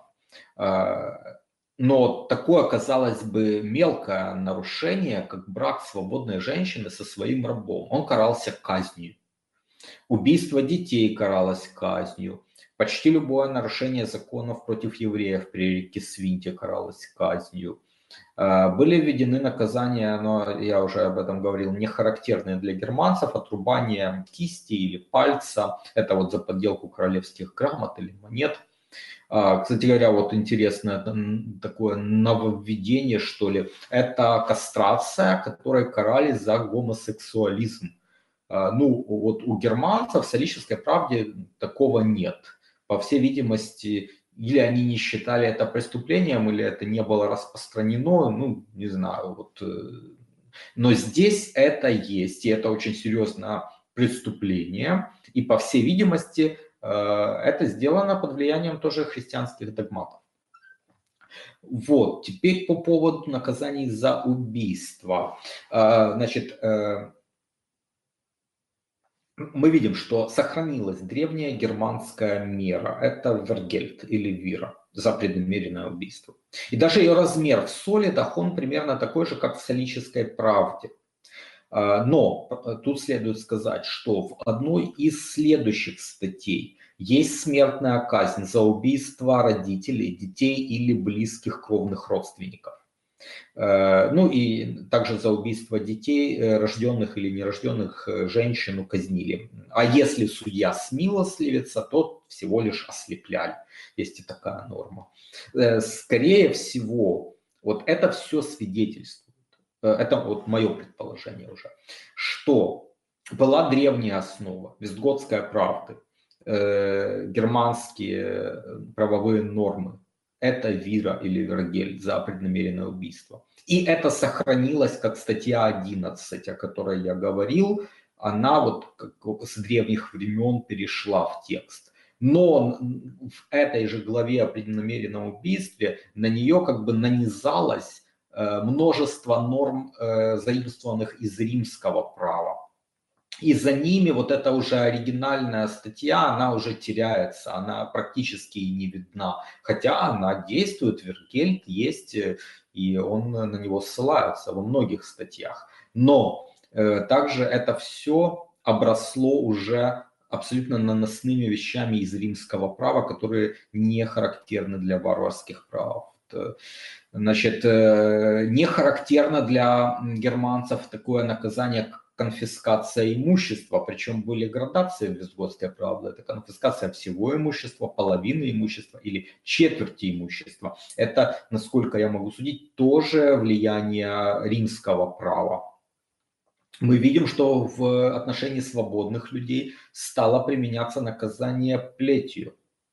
Но такое, казалось бы, мелкое нарушение, как брак свободной женщины со своим рабом, он карался казнью. Убийство детей каралось казнью. Почти любое нарушение законов против евреев при реке Свинте каралось казнью. Были введены наказания, но я уже об этом говорил, не характерные для германцев: отрубание кисти или пальца, это вот за подделку королевских грамот или монет. Кстати говоря, вот интересное такое нововведение, что ли, это кастрация, которой карались за гомосексуализм. Ну, вот у германцев в «Солической правде» такого нет. По всей видимости, или они не считали это преступлением, или это не было распространено, ну, не знаю. Вот. Но здесь это есть, и это очень серьезное преступление. И, по всей видимости, это сделано под влиянием тоже христианских догматов. Вот, теперь по поводу наказаний за убийство. Значит, мы видим, что сохранилась древняя германская мера. Это вергельд или вира за преднамеренное убийство. И даже ее размер в солидах, он примерно такой же, как в «Солической правде». Но тут следует сказать, что в одной из следующих статей есть смертная казнь за убийство родителей, детей или близких кровных родственников. Ну и также за убийство детей, рожденных или нерожденных, женщину казнили. А если судья смилостливится, то всего лишь ослепляли. Есть и такая норма. Скорее всего, вот это все свидетельствует. Это вот мое предположение уже, что была древняя основа, Вестготская правда, э, германские правовые нормы. Это вира или вергель за преднамеренное убийство. И это сохранилось как статья одиннадцать, о которой я говорил. Она вот как с древних времен перешла в текст. Но в этой же главе о преднамеренном убийстве на нее как бы нанизалось множество норм, заимствованных из римского права. И за ними вот эта уже оригинальная статья, она уже теряется, она практически и не видна. Хотя она действует, вергельд есть, и он на него ссылается во многих статьях. Но э, также это все обросло уже абсолютно наносными вещами из римского права, которые не характерны для варварских прав. Значит, не характерно для германцев такое наказание, как конфискация имущества, причем были градации в Вестготской правде. Это конфискация всего имущества, половины имущества или четверти имущества. Это, насколько я могу судить, тоже влияние римского права. Мы видим, что в отношении свободных людей стало применяться наказание плетью.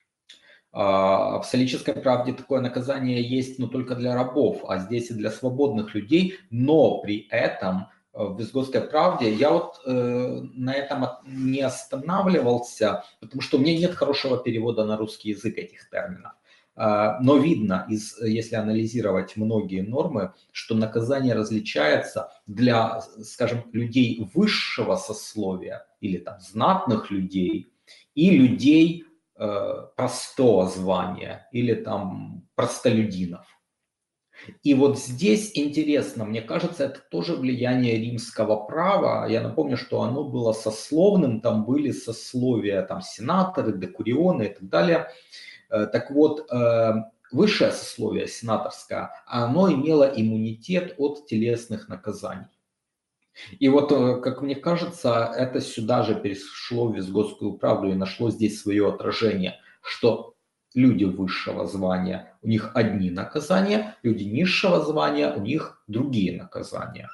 В «Солической правде» такое наказание есть, но только для рабов, а здесь и для свободных людей, но при этом в «Вестготской правде» я вот э, на этом не останавливался, потому что у меня нет хорошего перевода на русский язык этих терминов. Э, но видно, из, если анализировать многие нормы, что наказание различается для, скажем, людей высшего сословия или там знатных людей и людей простого звания или там простолюдинов. И вот здесь интересно, мне кажется, это тоже влияние римского права. Я напомню, что оно было сословным, там были сословия, там сенаторы, декурионы и так далее. Так вот, высшее сословие сенаторское, оно имело иммунитет от телесных наказаний. И вот, как мне кажется, это сюда же перешло в Вестготскую правду и нашло здесь свое отражение, что люди высшего звания, у них одни наказания, люди низшего звания, у них другие наказания.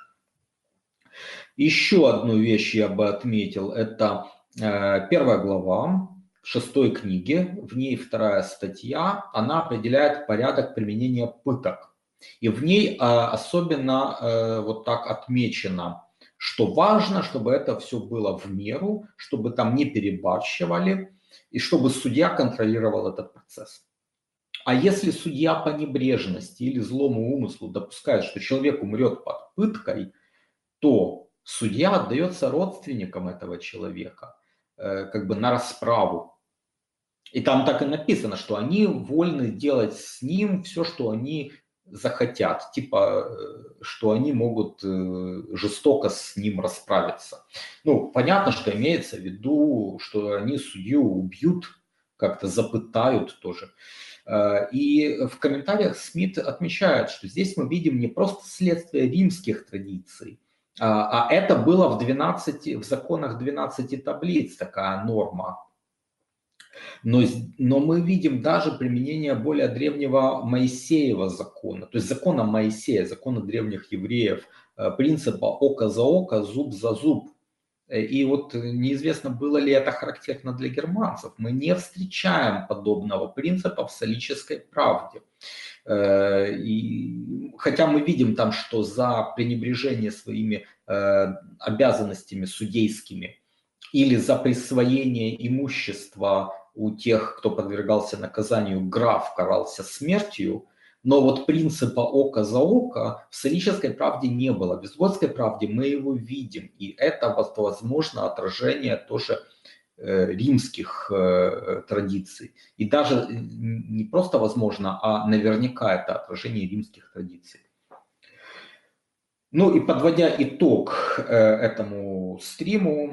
Еще одну вещь я бы отметил, это первая глава шестой книги, в ней вторая статья, она определяет порядок применения пыток. И в ней особенно вот так отмечено, что важно, чтобы это все было в меру, чтобы там не перебарщивали, и чтобы судья контролировал этот процесс. А если судья по небрежности или злому умыслу допускает, что человек умрет под пыткой, то судья отдается родственникам этого человека, как бы на расправу. И там так и написано, что они вольны делать с ним все, что они захотят, типа, что они могут жестоко с ним расправиться. Ну, понятно, что имеется в виду, что они судью убьют, как-то запытают тоже. И в комментариях Смит отмечает, что здесь мы видим не просто следствие римских традиций, а это было в, двенадцати, в законах двенадцати таблиц такая норма. Но, но мы видим даже применение более древнего Моисеева закона, то есть закона Моисея, закона древних евреев, принципа око за око, зуб за зуб. И вот неизвестно, было ли это характерно для германцев. Мы не встречаем подобного принципа в солической правде. И, хотя мы видим там, что за пренебрежение своими обязанностями судейскими или за присвоение имущества у тех, кто подвергался наказанию, граф карался смертью, но вот принципа око за око в солической правде не было. В вестготской правде мы его видим, и это, возможно, отражение тоже римских традиций. И даже не просто возможно, а наверняка это отражение римских традиций. Ну и подводя итог этому стриму,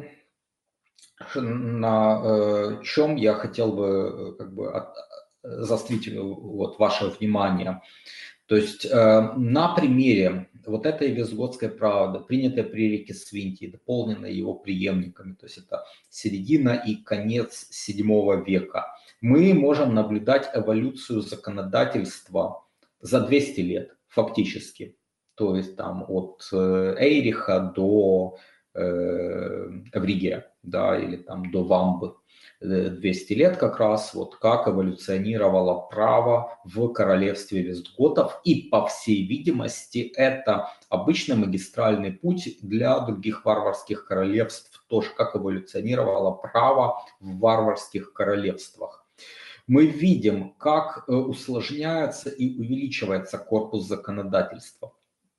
на чем я хотел бы, как бы от, заострить вот ваше внимание. То есть э, на примере вот этой вестготской правды, принятой при Эрике Свинти, дополненной его преемниками, то есть это середина и конец седьмого века, мы можем наблюдать эволюцию законодательства за двести лет фактически. То есть там от Эйриха до э, Эвригея, да, или там до Вамбы. двести лет как раз, вот как эволюционировало право в королевстве вестготов. И, по всей видимости, это обычный магистральный путь для других варварских королевств, тоже как эволюционировало право в варварских королевствах. Мы видим, как усложняется и увеличивается корпус законодательства.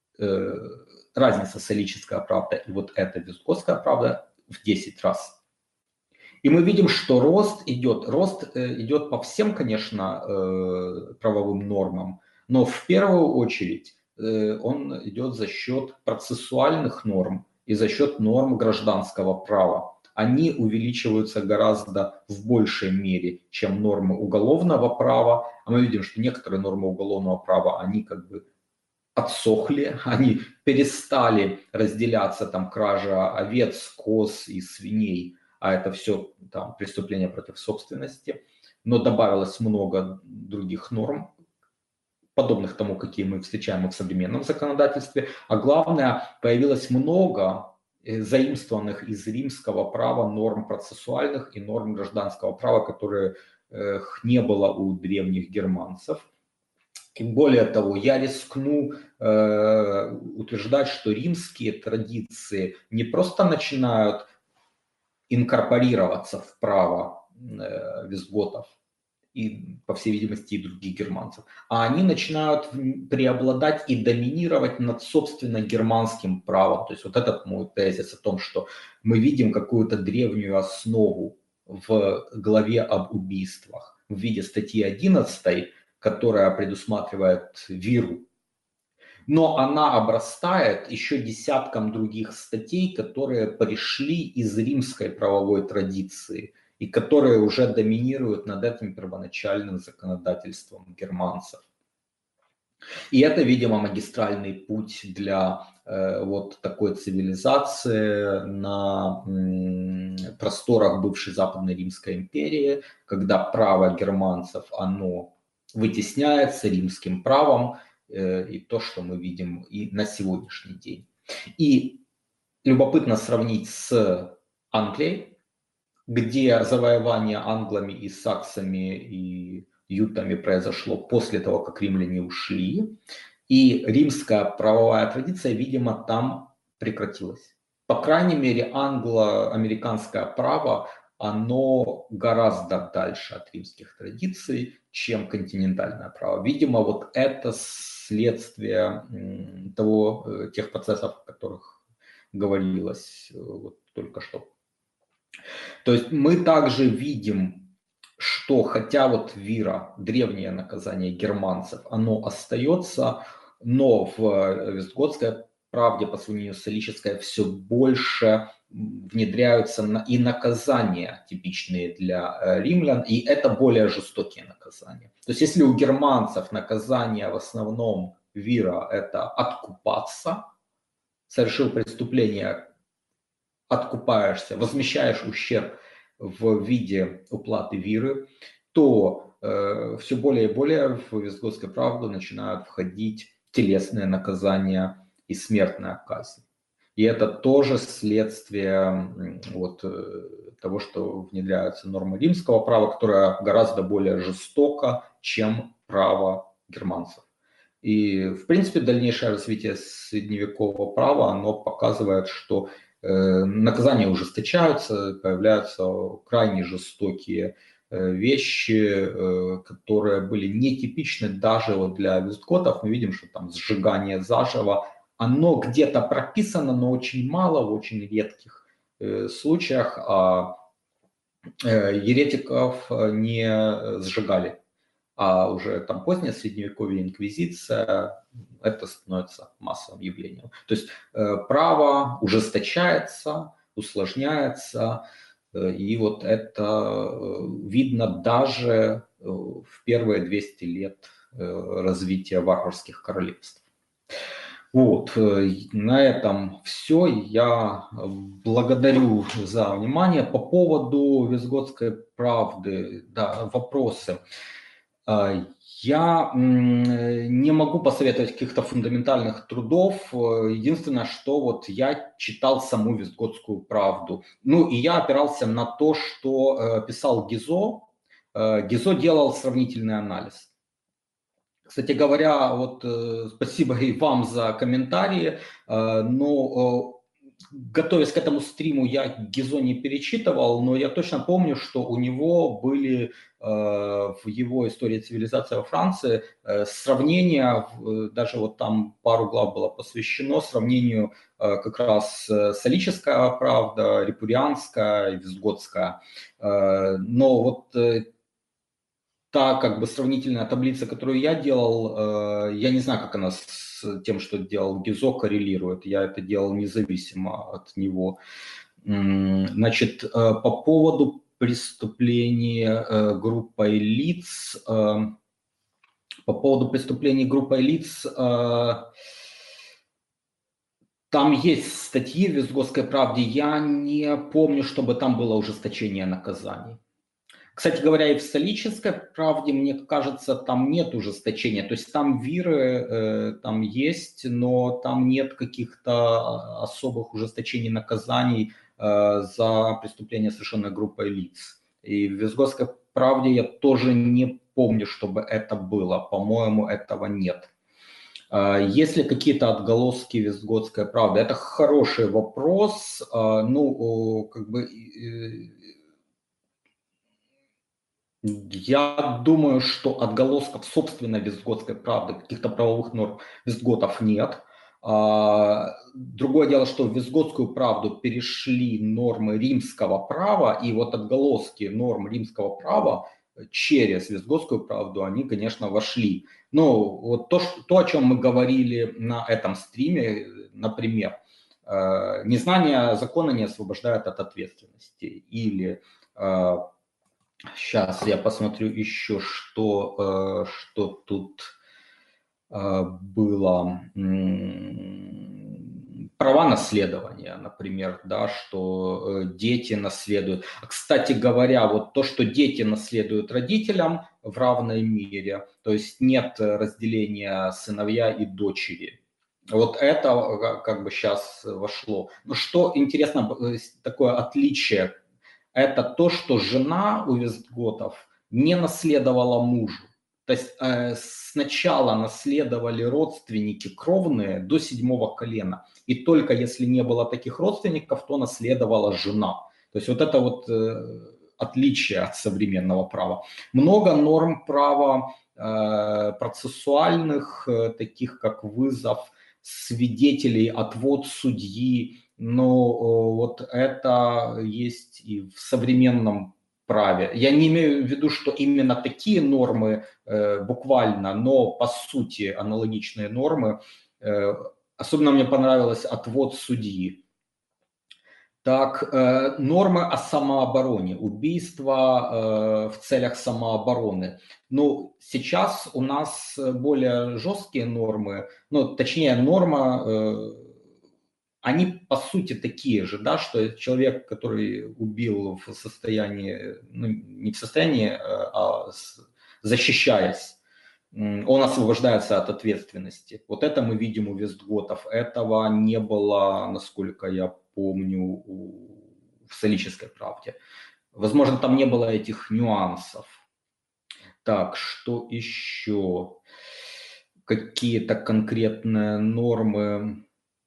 Разница солическая правда и вот эта вестготская правда в десять раз. И мы видим, что рост идет, рост идет по всем, конечно, правовым нормам, но в первую очередь он идет за счет процессуальных норм и за счет норм гражданского права. Они увеличиваются гораздо в большей мере, чем нормы уголовного права. А мы видим, что некоторые нормы уголовного права, они как бы отсохли, они перестали разделяться, там, кража овец, коз и свиней, а это все там преступления против собственности, но добавилось много других норм, подобных тому, какие мы встречаем в современном законодательстве, а главное, появилось много заимствованных из римского права норм процессуальных и норм гражданского права, которые э, не было у древних германцев. И более того, я рискну э, утверждать, что римские традиции не просто начинают инкорпорироваться в право э, вестготов и, по всей видимости, и других германцев, а они начинают преобладать и доминировать над, собственно, германским правом. То есть вот этот мой тезис о том, что мы видим какую-то древнюю основу в главе об убийствах в виде статьи одиннадцатой, которая предусматривает виру, но она обрастает еще десятком других статей, которые пришли из римской правовой традиции и которые уже доминируют над этим первоначальным законодательством германцев. И это, видимо, магистральный путь для э, вот такой цивилизации на м, просторах бывшей Западной Римской империи, когда право германцев, оно вытесняется римским правом, э, и то, что мы видим и на сегодняшний день. И любопытно сравнить с Англией, где завоевание англами и саксами и ютами произошло после того, как римляне ушли, и римская правовая традиция, видимо, там прекратилась. По крайней мере, англо-американское право, оно гораздо дальше от римских традиций, чем континентальное право. Видимо, вот это следствие того, тех процессов, о которых говорилось вот только что. То есть мы также видим что хотя вот вира, древнее наказание германцев, оно остается, но в Вестготской правде по сравнению с Солической все больше внедряются и наказания, типичные для римлян, и это более жестокие наказания. То есть если у германцев наказание в основном вира – это откупаться, совершил преступление, откупаешься, возмещаешь ущерб в виде уплаты виры, то э, все более и более в Вестготскую правду начинают входить телесные наказания и смертная казнь. И это тоже следствие вот, того, что внедряются нормы римского права, которое гораздо более жестоко, чем право германцев. И, в принципе, дальнейшее развитие средневекового права, оно показывает, что э, наказания ужесточаются, появляются крайне жестокие э, вещи, э, которые были нетипичны даже вот для вестготов. Мы видим, что там сжигание заживо, оно где-то прописано, но очень мало, в очень редких э, случаях, а э, еретиков не сжигали. А уже там позднее средневековье, инквизиция, это становится массовым явлением. То есть э, право ужесточается, усложняется, э, и вот это э, видно даже э, в первые двести лет э, развития варварских королевств. Вот, э, на этом все. Я благодарю за внимание. По поводу Вестготской правды, да, вопросы. Я не могу посоветовать каких-то фундаментальных трудов. Единственное, что вот я читал саму Вестготскую правду. Ну и я опирался на то, что писал Гизо. Гизо делал сравнительный анализ. Кстати говоря, вот спасибо и вам за комментарии, но готовясь к этому стриму, я Гизо не перечитывал, но я точно помню, что у него были э, в его истории цивилизации во Франции э, сравнения, э, даже вот там пару глав было посвящено сравнению э, как раз э, солическая правда, репурианская, вестготская. Э, но вот э, та как бы сравнительная таблица, которую я делал, э, я не знаю, как она с тем, что делал Гизо, коррелирует. Я это делал независимо от него. Значит, э, по поводу преступления э, группой лиц, э, по поводу преступлений группой лиц, э, там есть статьи в Вестготской правде, я не помню, чтобы там было ужесточение наказаний. Кстати говоря, и в Солической правде, мне кажется, там нет ужесточения. То есть там виры э, там есть, но там нет каких-то особых ужесточений наказаний э, за преступление, совершенное группой лиц. И в Вестготской правде я тоже не помню, чтобы это было. По-моему, этого нет. Э, есть ли какие-то отголоски Вестготской правды? Это хороший вопрос. Э, ну, как бы... Э, Я думаю, что отголосков собственно вестготской правды, каких-то правовых норм вестготов нет. Другое дело, что в вестготскую правду перешли нормы римского права, и вот отголоски норм римского права через вестготскую правду, они, конечно, вошли. Ну, вот то, что, то, о чем мы говорили на этом стриме, например, незнание закона не освобождает от ответственности, или сейчас я посмотрю еще, что, что тут было. Права наследования, например, да, что дети наследуют. Кстати говоря, вот то, что дети наследуют родителям в равной мере, то есть нет разделения сыновья и дочери. Вот это как бы сейчас вошло. Но что интересно, такое отличие, это то, что жена у вестготов не наследовала мужу. То есть э, сначала наследовали родственники кровные до седьмого колена. И только если не было таких родственников, то наследовала жена. То есть вот это вот э, отличие от современного права. Много норм права э, процессуальных, э, таких как вызов свидетелей, отвод судьи. Но э, вот это есть и в современном праве. Я не имею в виду, что именно такие нормы э, буквально, но по сути аналогичные нормы. Э, особенно мне понравилось отвод судьи. Так, э, нормы о самообороне, убийство э, в целях самообороны. Ну, сейчас у нас более жесткие нормы, ну, точнее, норма, э, они по сути такие же, да, что человек, который убил в состоянии, ну, не в состоянии, а с, защищаясь, он освобождается от ответственности. Вот это мы видим у Вестготов. Этого не было, насколько я помню, у, в «Солической правде». Возможно, там не было этих нюансов. Так, что еще? Какие-то конкретные нормы.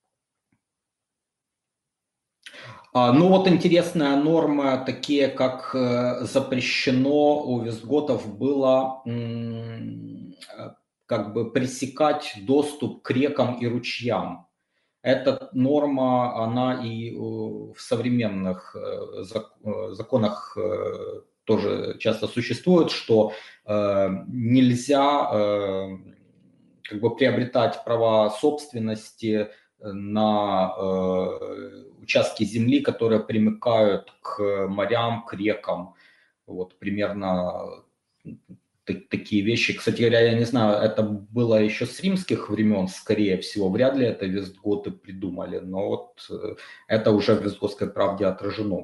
А, ну вот интересная норма, такие как э, запрещено у Вестготов было м, э, как бы пресекать доступ к рекам и ручьям. Эта норма, она и э, в современных э, зак, э, законах э, тоже часто существует, что э, нельзя э, как бы приобретать права собственности на э, участки земли, которые примыкают к морям, к рекам. Вот примерно такие вещи. Кстати говоря, я не знаю, это было еще с римских времен, скорее всего. Вряд ли это вестготы придумали, но вот это уже в Вестготской правде отражено.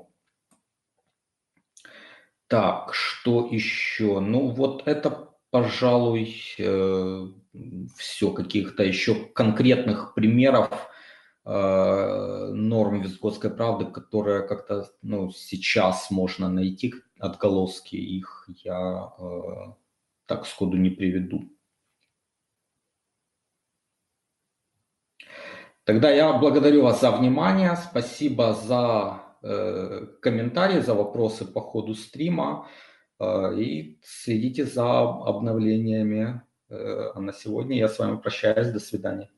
Так, что еще? Ну вот это, пожалуй, э, все. Каких-то еще конкретных примеров э, норм Вестготской правды, которые как-то, ну, сейчас можно найти, отголоски их, я э, так сходу не приведу. Тогда я благодарю вас за внимание, спасибо за э, комментарии, за вопросы по ходу стрима, э, и следите за обновлениями. Э, а на сегодня я с вами прощаюсь, до свидания.